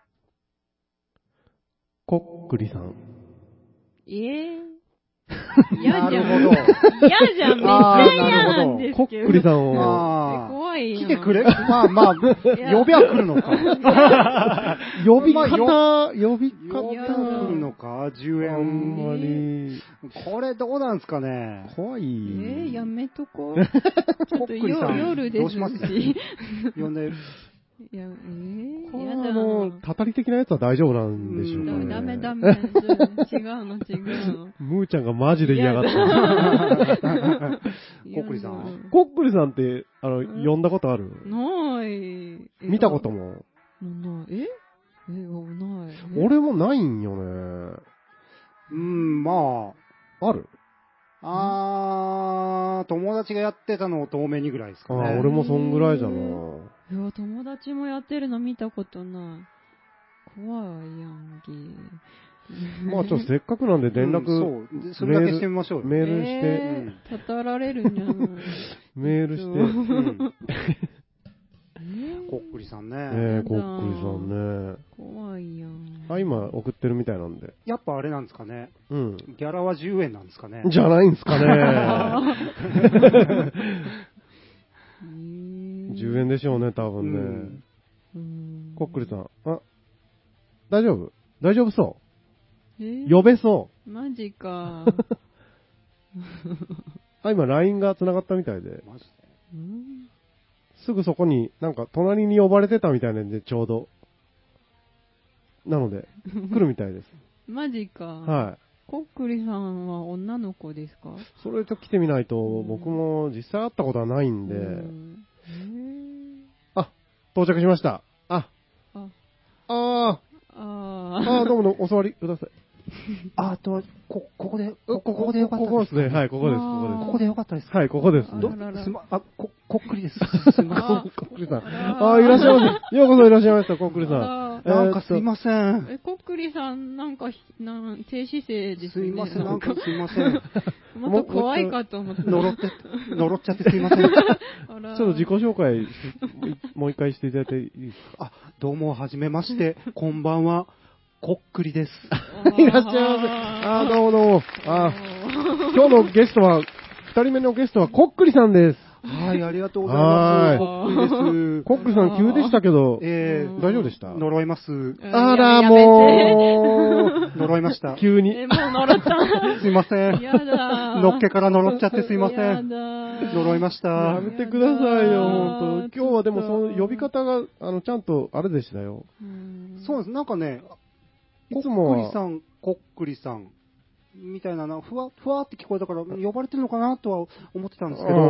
こっくりさん。 えー嫌じゃん。 なるほど。 嫌じゃん。めっちゃ嫌なんですこっけど。 くりさんを。 ああ。 怖いよ。 来てくれまあまあ、呼びは来るのか。 呼び方、呼び方。 呼びは来るのか ?じゅう 円。 あんまり。 これどうなんですかね。 怖い。 えー、やめとこう。ちょっと夜ですし。 どうします呼んで。 いや、えー、 これやだ。 あの、たたり的なやつは大丈夫なんでしょうかね。 ダメダメダメ。違うの違うの。 ムーちゃんがマジで嫌がった。 こっくりさん。 こっくりさんって、あの、呼んだことある？ ない。 見たことも。 ない。ええ、ない。 俺もないんよね。 うん、まあ。ある？ あー、友達がやってたのを遠目にぐらいですかね。 あ、俺もそんぐらいじゃな。 いや、友達もやってるの見たことない。怖いやんけ。 まあちょっとせっかくなんで連絡、 うん、そう、それだけしてみましょうよ。 メールして、 えー、たたられるんじゃないメールして、うんこっくりさんね。 えー、こっくりさんね。 怖いやん。 あ、今送ってるみたいなんで。 やっぱあれなんですかね。 うん。 ギャラはじゅうえんなんですかね。 じゃないんですかね。じゅうえんでしょうね、多分ね。うん、こっくりさん。あ、大丈夫？大丈夫そう、えー、呼べそう。 マジか。 あ、今 ライン が繋がったみたいで。マジで？うん、すぐそこに、なんか隣に呼ばれてたみたいなんで、ちょうど。なので、来るみたいです。 マジか。 はい。 こっくりさんは女の子ですか？ それと来てみないと、うん、僕も実際会ったことはないんで。うん、あ、到着しました。あ、あ、あー、あー、どうもお座りください。 あと、こ、ここで、ここでよかったです。 ここですね。はい、ここです、ここです。 ここでよかったです。 はい、ここです。 ど、すま、あ、こ、こっくりです。すいません。 こっくりさん。あ、いらっしゃいませ。ようこそいらっしゃいました、こっくりさん。 なんかすいません。 え、こっくりさん、なんか、なん、低姿勢ですね。 すいません、なんかすいません。 もっと怖いかと思って。 呪って、呪っちゃってすいません。ちょっと自己紹介、もう一回していただいていいですか？ あ、どうも、はじめまして、こんばんは。こっくりです。 いらっしゃいませ。あ、どうもどうも。あ、今日のゲストは、二人目のゲストはこっくりさんです。 はい、ありがとうございます。こっくりです。 こっくりさん急でしたけど、 えー、 大丈夫でした？ 呪います。 あら、もう。呪いました。 急に。 え、もう呪った。 すいません。 やだ。 のっけから呪っちゃってすいません。 やだ。 呪いました。 やめてくださいよ、本当。今日はでもその呼び方が、あの、ちゃんと、あれでしたよ。 そうです。なんかね、 いつもこっくりさん、こっくりさん、みたいな、ふわ、ふわって聞こえたから、呼ばれてるのかなとは思ってたんですけど、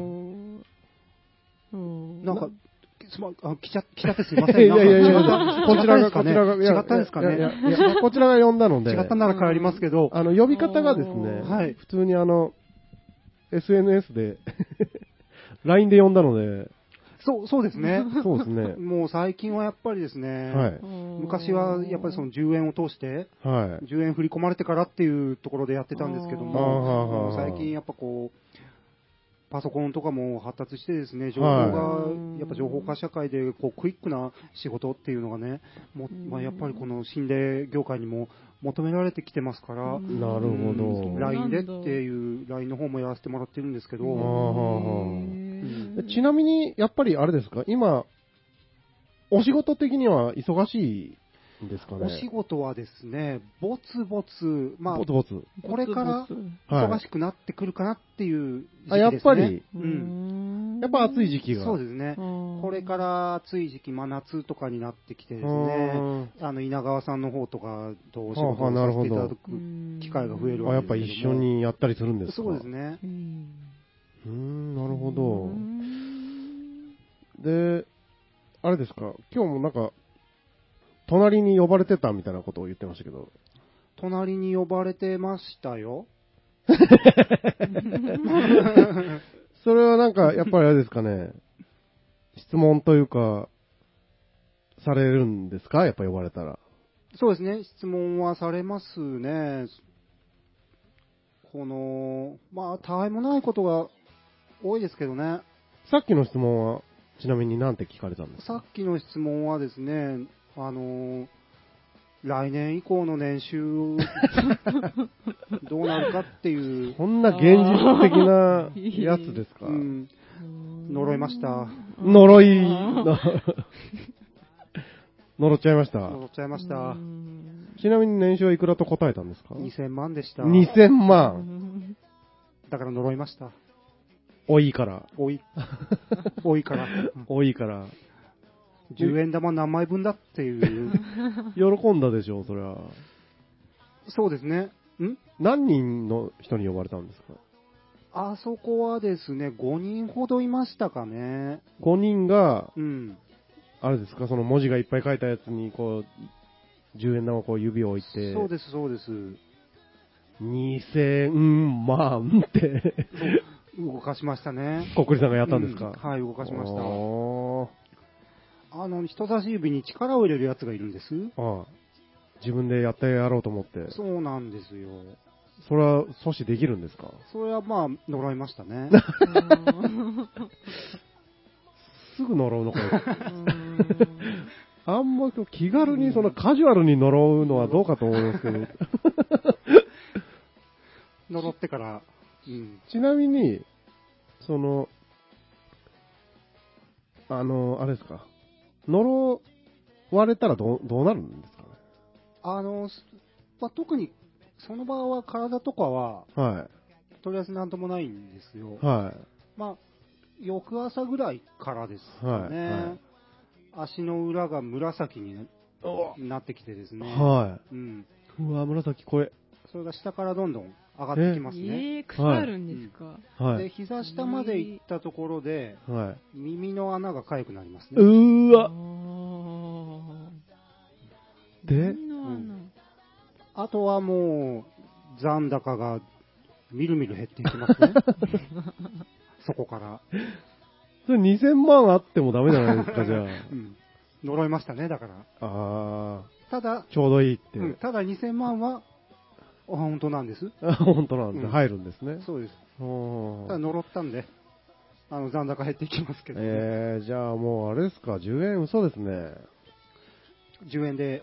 なんか、すま、あ、来ちゃ、来ちゃってすいません。 いやいやいや、こちらが、こちらが、 違ったんですかね。 いやいや、こちらが呼んだので。 違ったなら帰りますけど、 あの、呼び方がですね、はい、普通にあの、エスエヌエス で、ライン で呼んだので、 そう、そうですね。 そうですね。 もう最近はやっぱりですね、 はい、 昔はやっぱりそのじゅうえんを通して、はい、じゅうえん振り込まれてからっていうところでやってたんですけども、最近やっぱこう、パソコンとかも発達してですね、情報が、やっぱ情報化社会でこうクイックな仕事っていうのがね、もまあ、やっぱりこの心霊業界にも求められてきてますから、 なるほど。 ライン でっていう、ライン の方もやらせてもらってるんですけど、 ちなみに、やっぱりあれですか、今、お仕事的には忙しいですかね。 お仕事はですね、ぼつぼつ、まあ、 ぼつぼつこれから忙しくなってくるかなっていう時期ですね。 あ、やっぱり、 うん、 やっぱ暑い時期が。 そうですね。これから暑い時期、真夏とかになってきてですね、あの、稲川さんの方とかとお仕事をさせていただく機会が増えるわけですけども。 あ、やっぱ一緒にやったりするんですか？ そうですね。 うーん、なるほど。で、あれですか、今日もなんか、隣に呼ばれてたみたいなことを言ってましたけど。 隣に呼ばれてましたよ。 それはなんか、やっぱりあれですかね、質問というか、されるんですか？やっぱ呼ばれたら。 そうですね、質問はされますね。この、まあ、たわいもないことが多いですけどね。 さっきの質問は、ちなみに何て聞かれたんですか？ さっきの質問はですね、あの、来年以降の年収、どうなるかっていう。 こんな現実的なやつですか？ うん。呪いました。 呪い、呪っちゃいました。 呪っちゃいました。 ちなみに年収はいくらと答えたんですか？ にせんまんでした。 にせんまん。 だから呪いました。 多いから。 多い。多いから。 多いから。 じゅうえん玉何枚分だっていう。 喜んだでしょう、それは。 そうですね。ん何人の人に呼ばれたんですか？ あそこはですね、ごにんほどいましたかね。 ごにんが、 うん。 あれですか、その文字がいっぱい書いたやつに、こう、じゅうえん玉をこう指を置いて。 そうです、そうです。 にせんまんって。 動かしましたね。 こっくりさんがやったんですか？ うん、はい、動かしました。あの、人差し指に力を入れるやつがいるんです。 ああ、自分でやってやろうと思って。 そうなんですよ。 それは阻止できるんですか？ それはまあ、呪いましたね。 すぐ呪うのかよ。あんま気軽に、そのカジュアルに呪うのはどうかと思いますけど。 呪ってから、うん、 ちなみに、その、あの、あれですか、呪われたらどう、どうなるんですかね？ あの、まあ、特に、その場は体とかは、 はい。 とりあえずなんともないんですよ。 はい。 まあ、翌朝ぐらいからですかね。はいはい、足の裏が紫になってきてですね。 はい。 うん。 うわ、紫声。 それが下からどんどん上がってきますね。 えー、腐るんですか？ はい。で、膝下まで行ったところで、はい、耳の穴が痒くなりますね。 うーわ。で、 うん、あとはもう、残高がみるみる減っていきますね。そこから。 それにせんまんあってもダメじゃないですか、じゃあ。うん。 呪いましたね、だから。 ああ。 ただ、 ちょうどいいって。 うん、ただにせんまんは、あ、本当なんです。 本当なんです、うん、入るんですね。 そうです。ただ呪ったんで、あの残高減っていきますけど、ね。 えー、じゃあもうあれですか、じゅうえん嘘ですね。 じゅうえんで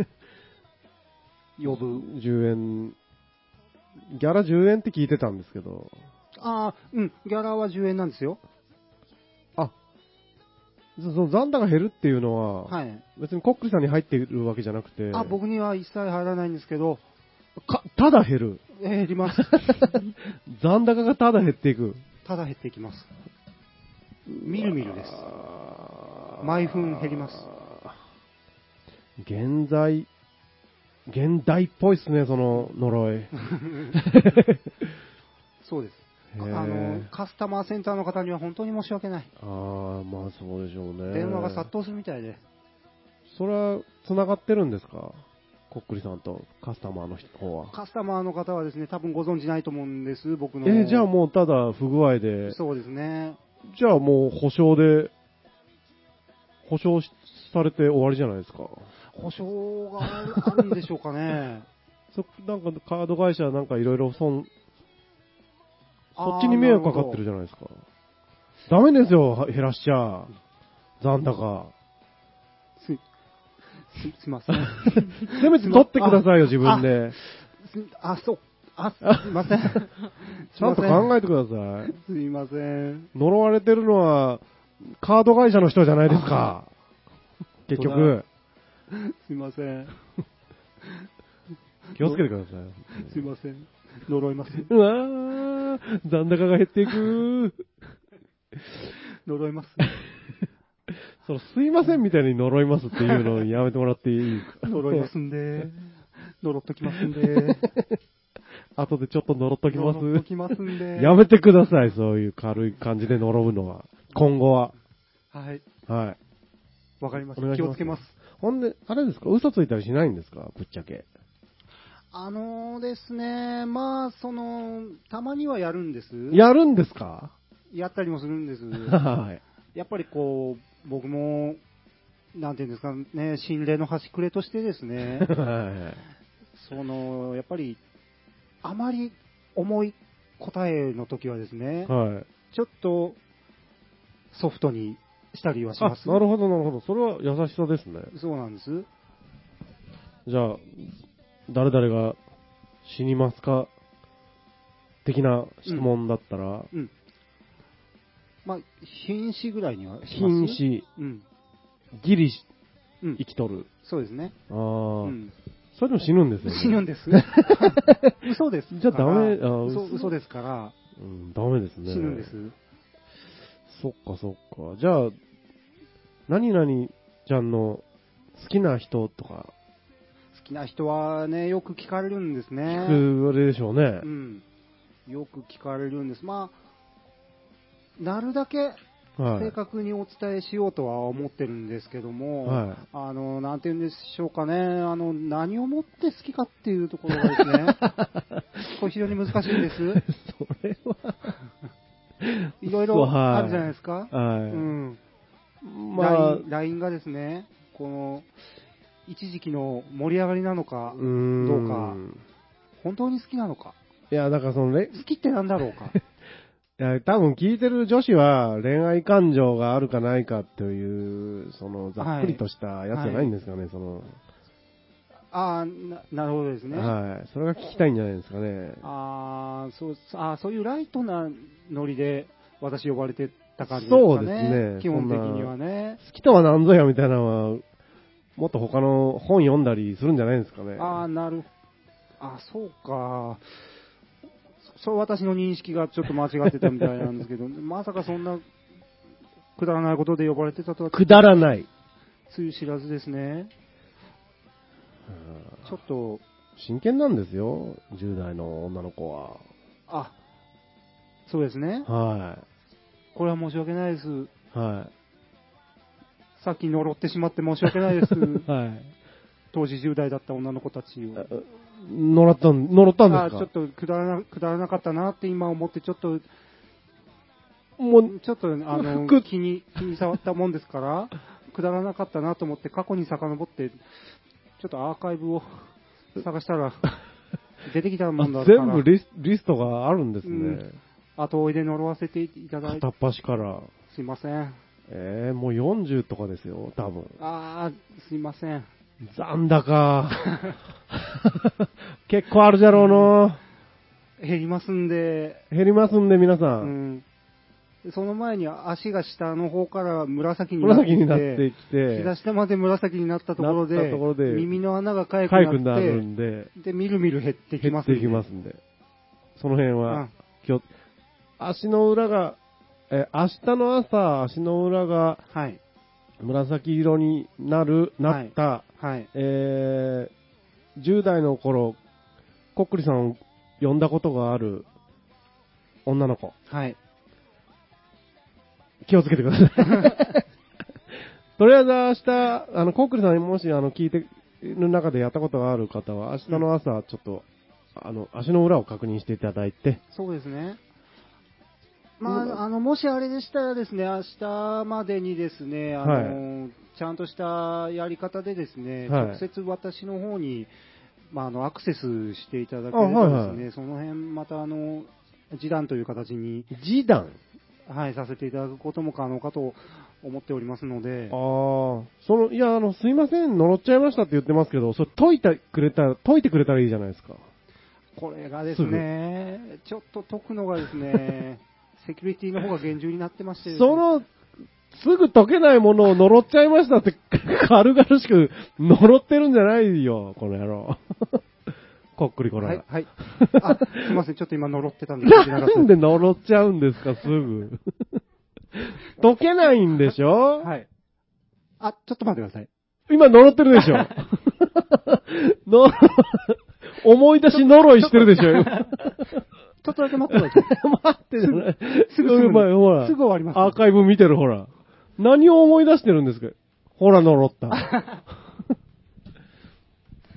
呼ぶ。 じゅうえん、ギャラじゅうえんって聞いてたんですけど。 ああ、うん、ギャラはじゅうえんなんですよ。 あ、その残高減るっていうのは、はい、別にコックリさんに入っているわけじゃなくて。 あ、僕には一切入らないんですけど、 か、ただ減る。 減ります。 残高がただ減っていく。 ただ減っていきます。みるみるです。毎分減ります。 現在、現代っぽいっすね、その呪い。 そうです。あの、カスタマーセンターの方には本当に申し訳ない。 ああ、まあそうでしょうね。 電話が殺到するみたいで。 それは、繋がってるんですか？こっくりさんとカスタマーの方は。 カスタマーの方はですね、多分ご存知ないと思うんです、僕の。 えー、じゃあもうただ不具合で。 そうですね。 じゃあもう保証で、保証されて終わりじゃないですか。 保証があるんでしょうかね。 そ、なんかカード会社なんかいろいろそん、そっちに迷惑かかってるじゃないですか。ダメですよ、減らしちゃ。残高。 す、す、すいません。 せめて取ってくださいよ、自分で。 あ、あそう。あ、すいません。 ちゃんと考えてください。 すいません。 呪われてるのは、カード会社の人じゃないですか。結局。 すいません。 気をつけてください。 すいません。呪います。 うわー、残高が減っていく。 呪います。 そのすいませんみたいに呪いますっていうのをやめてもらっていいですか？ 呪いますんで。呪っときますんで。 後でちょっと呪っときます。 呪っときますんで。 やめてください、そういう軽い感じで呪うのは。今後は。 はい。 はい。 わかりました。気をつけます。 ほんで、あれですか、嘘ついたりしないんですか、ぶっちゃけ。 あのーですね、まあ、その、たまにはやるんです。 やるんですか？ やったりもするんです。 はい。 やっぱりこう、僕も、なんていうんですかね、心霊の端くれとしてですね、はい、その、やっぱり、あまり重い答えの時はですね、はい、ちょっとソフトにしたりはします。 なるほど、なるほど。それは優しさですね。 そうなんです。 じゃあ、誰々が死にますか的な質問だったら、うんうん、 まあ、瀕死ぐらいにはします。 瀕死、うん、ギリ、うん、生きとる。 そうですね。 ああ、うん、それでも死ぬんですよね。 死ぬんです。嘘です。 じゃあダメ、あ嘘、嘘ですから。 うん、ダメですね。 死ぬんです。 そっかそっか。じゃあ、何々ちゃんの好きな人とか。 好きな人はね、よく聞かれるんですね。 聞くあれでしょうね。 うん。よく聞かれるんです。まあ、なるだけ正確にお伝えしようとは思ってるんですけども、はい、あの、なんて言うんでしょうかね、あの、何をもって好きかっていうところがですね、これ非常に難しいんです。 それは、 いろいろあるじゃないですか。 はい。うん。 まあ、ライン がですね、この、一時期の盛り上がりなのか、どうか、本当に好きなのか。 いや、だからその、好きってなんだろうか。 いや、多分聞いてる女子は恋愛感情があるかないかという、その、ざっくりとしたやつじゃないんですかね、はい、その。 ああ、な、なるほどですね。 はい。それが聞きたいんじゃないですかね。 ああ、そう、あそういうライトなノリで私呼ばれてた感じですかね。 そうですね。 基本的にはね。 好きとは何ぞやみたいなのは、もっと他の本読んだりするんじゃないですかね。 ああ、なる。あ、そうか。そう私の認識がちょっと間違ってたみたいなんですけど、まさかそんなくだらないことで呼ばれてたとは。 くだらない。 つゆ知らずですね。ちょっと。 真剣なんですよ、じゅう代の女の子は。 あ、そうですね。 はい。 これは申し訳ないです。 はい。 さっき呪ってしまって申し訳ないです。 はい。 当時じゅう代だった女の子たちを。 呪ったん、呪ったんですか？ あ、ちょっとくだらな、くだらなかったなって今思って、ちょっと、もう、ちょっと、あの、気に、気に触ったもんですから、くだらなかったなと思って過去に遡って、ちょっとアーカイブを探したら、出てきたもんだから。 全部リス、リストがあるんですね。うん、 後追いで呪わせていただいて。 片っ端から。 すいません。 えー、もうよんじゅうとかですよ、多分。 あー、すいません。 残高。結構あるじゃろうの、 うん。減りますんで。 減りますんで、皆さん。 うん、その前に足が下の方から紫になってきて、 紫になってきて膝下まで紫になったところで、 ところで耳の穴がかゆくなって、 かゆくなるんで、 で、みるみる減ってきますんで。 減ってきますんで。その辺は、今日、足の裏が、え、明日の朝、足の裏が、はい。紫色になる、なった、はいはい、えー、じゅう代の頃、こっくりさんを呼んだことがある女の子。 はい。 気をつけてください。とりあえず明日、あの、こっくりさんにもし、あの、聞いてる中でやったことがある方は、明日の朝、ちょっと、うん、あの、足の裏を確認していただいて。 そうですね。まあ、あの、もしあれでしたらですね、明日までにですね、あの、はい、ちゃんとしたやり方でですね、はい、直接私の方に、まあ、あの、アクセスしていただければですね、はいはい、その辺またあの、示談という形に、 示談はい、させていただくことも可能かと思っておりますので。 ああ、その、いや、あの、すいません、呪っちゃいましたって言ってますけど、それ解いてくれたら、解いてくれたらいいじゃないですか。 これがですね、ちょっと解くのがですね、セキュリティの方が厳重になってましてですね、 その、すぐ解けないものを呪っちゃいましたって、軽々しく呪ってるんじゃないよ、この野郎。こっくりこら。 はい、はい。あ、すいません、ちょっと今呪ってたんで。 なんで呪っちゃうんですか、すぐ。解けないんでしょ？ はい。あ、ちょっと待ってください。 今呪ってるでしょ。の思い出し呪いしてるでしょ。 ちょっとだけ待ってください。 待ってじゃない。 すぐ、すぐ、 ほら。 すぐ終わります。 アーカイブ見てる、ほら。何を思い出してるんですか？ほら、呪った。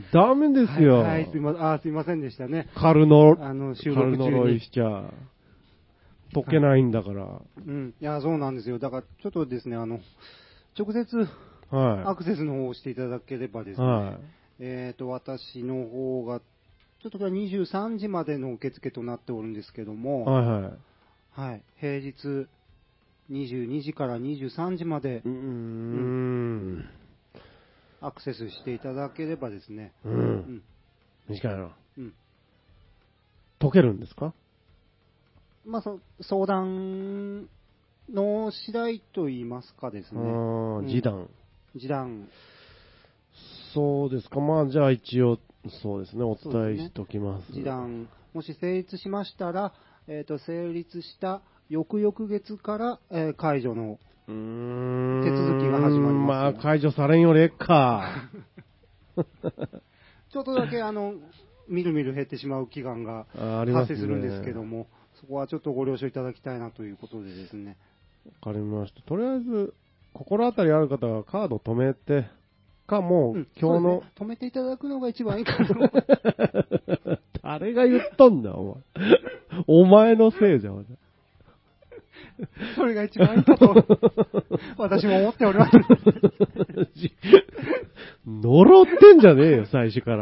ダメですよ。 はい、はい、すいません。あ、すいませんでしたね。 カルの、 あの、収カル録中に。 呪いしちゃ、解けないんだから、はい。 うん。いや、そうなんですよ。だから、ちょっとですね、あの、直接、 はい、 アクセスの方をしていただければですね、はい、えっ、ー、と、私の方が、ちょっとこれはにじゅうさんじまでの受付となっておるんですけども、 はいはい。 はい、平日にじゅうにじからにじゅうさんじまで、 うーん、うん、 アクセスしていただければですね、 うん。うん、短いな。 うん。 解けるんですか？ まあ、そ相談の次第と言いますかですね。 あ、示談。 示談。 そうですか。まあ、じゃあ一応、そうですね、お伝えしておきます。 示談、もし成立しましたら、えっ、ー、と、成立した翌々月から、えー、解除の手続きが始まります。 まあ、解除されんよりえっか。 ちょっとだけ、あの、みるみる減ってしまう期間が発生するんですけども、ね、そこはちょっとご了承いただきたいなということでですね。 わかりました。とりあえず、心当たりある方はカード止めて、か、もう、うん、今日の、ね、 止めていただくのが一番いいかな。 誰が言っとんだ、お前。お前のせいじゃん。 それが一番いいかと、私も思っております。 呪ってんじゃねえよ、最初から。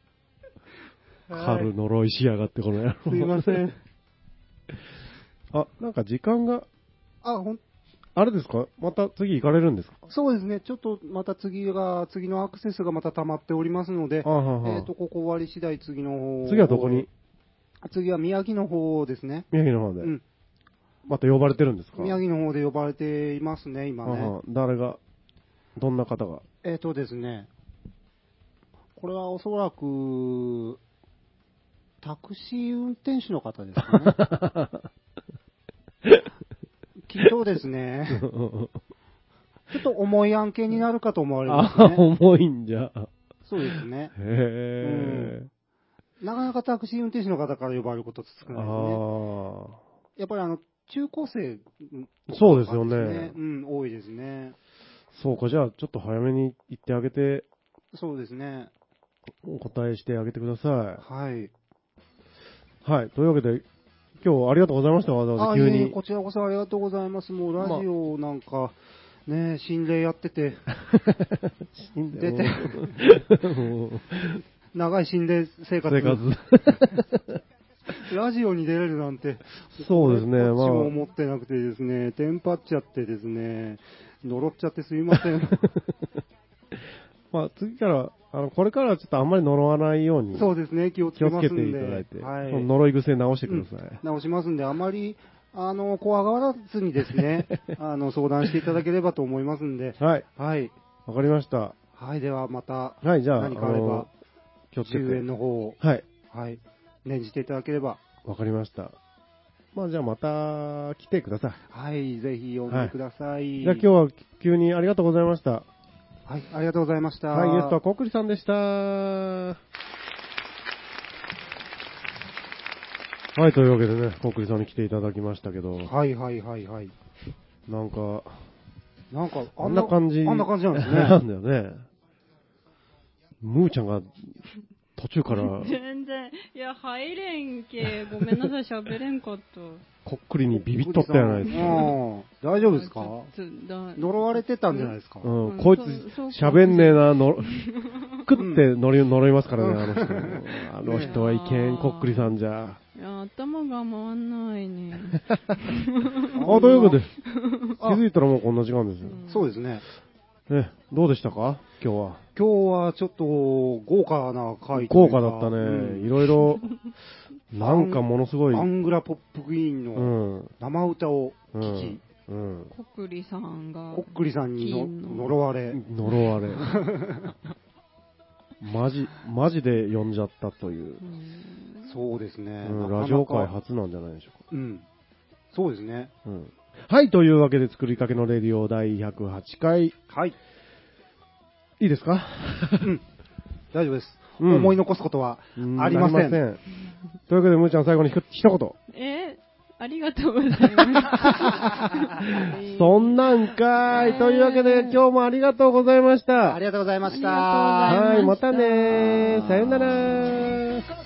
春呪いしやがって、この野郎。 すいません。 あ、なんか時間が、 あ、ほん、 あれですか？また次行かれるんですか？ そうですね。ちょっとまた次が、次のアクセスがまた溜まっておりますので、 あははえっ、ー、と、ここ終わり次第次の方。 次はどこに？ 次は宮城の方ですね。 宮城の方で。 うん。 また呼ばれてるんですか？ 宮城の方で呼ばれていますね、今ね。 はは、誰が、どんな方が？ えっ、ー、とですね、これはおそらく、タクシー運転手の方ですかね。きっとですね、ちょっと重い案件になるかと思われますね。 あ、重いんじゃ。 そうですね。 へー、 うん。なかなかタクシー運転手の方から呼ばれることって少ないですね。あ、やっぱりあの、中高生、ね、 そうですよね。 うん、多いですね。 そうか、じゃあちょっと早めに行ってあげて。 そうですね。 お答えしてあげてください。 はい。 はい。というわけで、今日ありがとうございました。わざわざ急に。 あ、いえ、こちらこそありがとうございます。もうラジオなんか、ま、ね、心霊やってて、出て、長い心霊生活。 生活ラジオに出れるなんて、 そうですね。 こっちも思ってなくてですね、テンパっちゃってですね、呪っちゃってすいません。 まあ、次から、あの、これからはちょっとあんまり呪わないように。 そうですね、気をつけますんで。 気をつけていただいて。 はい。 その呪い癖直してください。 うん、直しますんで、あまり、あの、怖がらずにですね、あの、相談していただければと思いますんで。 はい。 はい。 わかりました。 はい、ではまた、 はい、じゃあ、 何かあれば、 気をつけて。 じゅうえんの方を、 はい。 はい。念じていただければ。 わかりました。まあ、じゃあまた来てください。 はい、ぜひ呼んでください。はい、 じゃあ今日は急にありがとうございました。 はい、ありがとうございました。 はい、ゲストはコックリさんでした。はい、というわけでね、コックリさんに来ていただきましたけど。 はいはいはいはい。 なんか、 なんか、 あんな感じ。 あんな感じなんですね。 なんだよね。ムーちゃんが途中から。 全然、いや、入れんけ、ごめんなさい、喋れんかった。 こっくりにビビっとったじゃないですか。 大丈夫ですか？呪われてたんじゃないですか？ うん、こいつ喋んねえな、の、食って乗り、呪いますからね、あの人。あの人はいけん、こっくりさんじゃ。 いや、頭が回んないね。 あ、というわけで、気づいたらもうこんな時間ですよ。 そうですね。 ね、どうでしたか今日は。 今日はちょっと豪華な回豪華だったね。いろいろ、なんかものすごい。 アングラポップクイーンの生歌を聴き、 うんうん、コックリさんが、 コックリさんにの呪われ。 呪われ。マジ、マジで呼んじゃったという。うそうですね、 うん。ラジオ界初なんじゃないでしょうか。 うん。そうですね。 うん。はい、というわけで作りかけのレディオだいひゃくはちかい。 はい。 いいですか？ うん。大丈夫です。うん、思い残すことはありません。 ありません。というわけで、むーちゃん最後に一言。 えー、あありがとうございます。 そんなんかーい。というわけで、今日もありがとうございました。 ありがとうございました。 ありがとうございました。 はい、またねー。さよならー。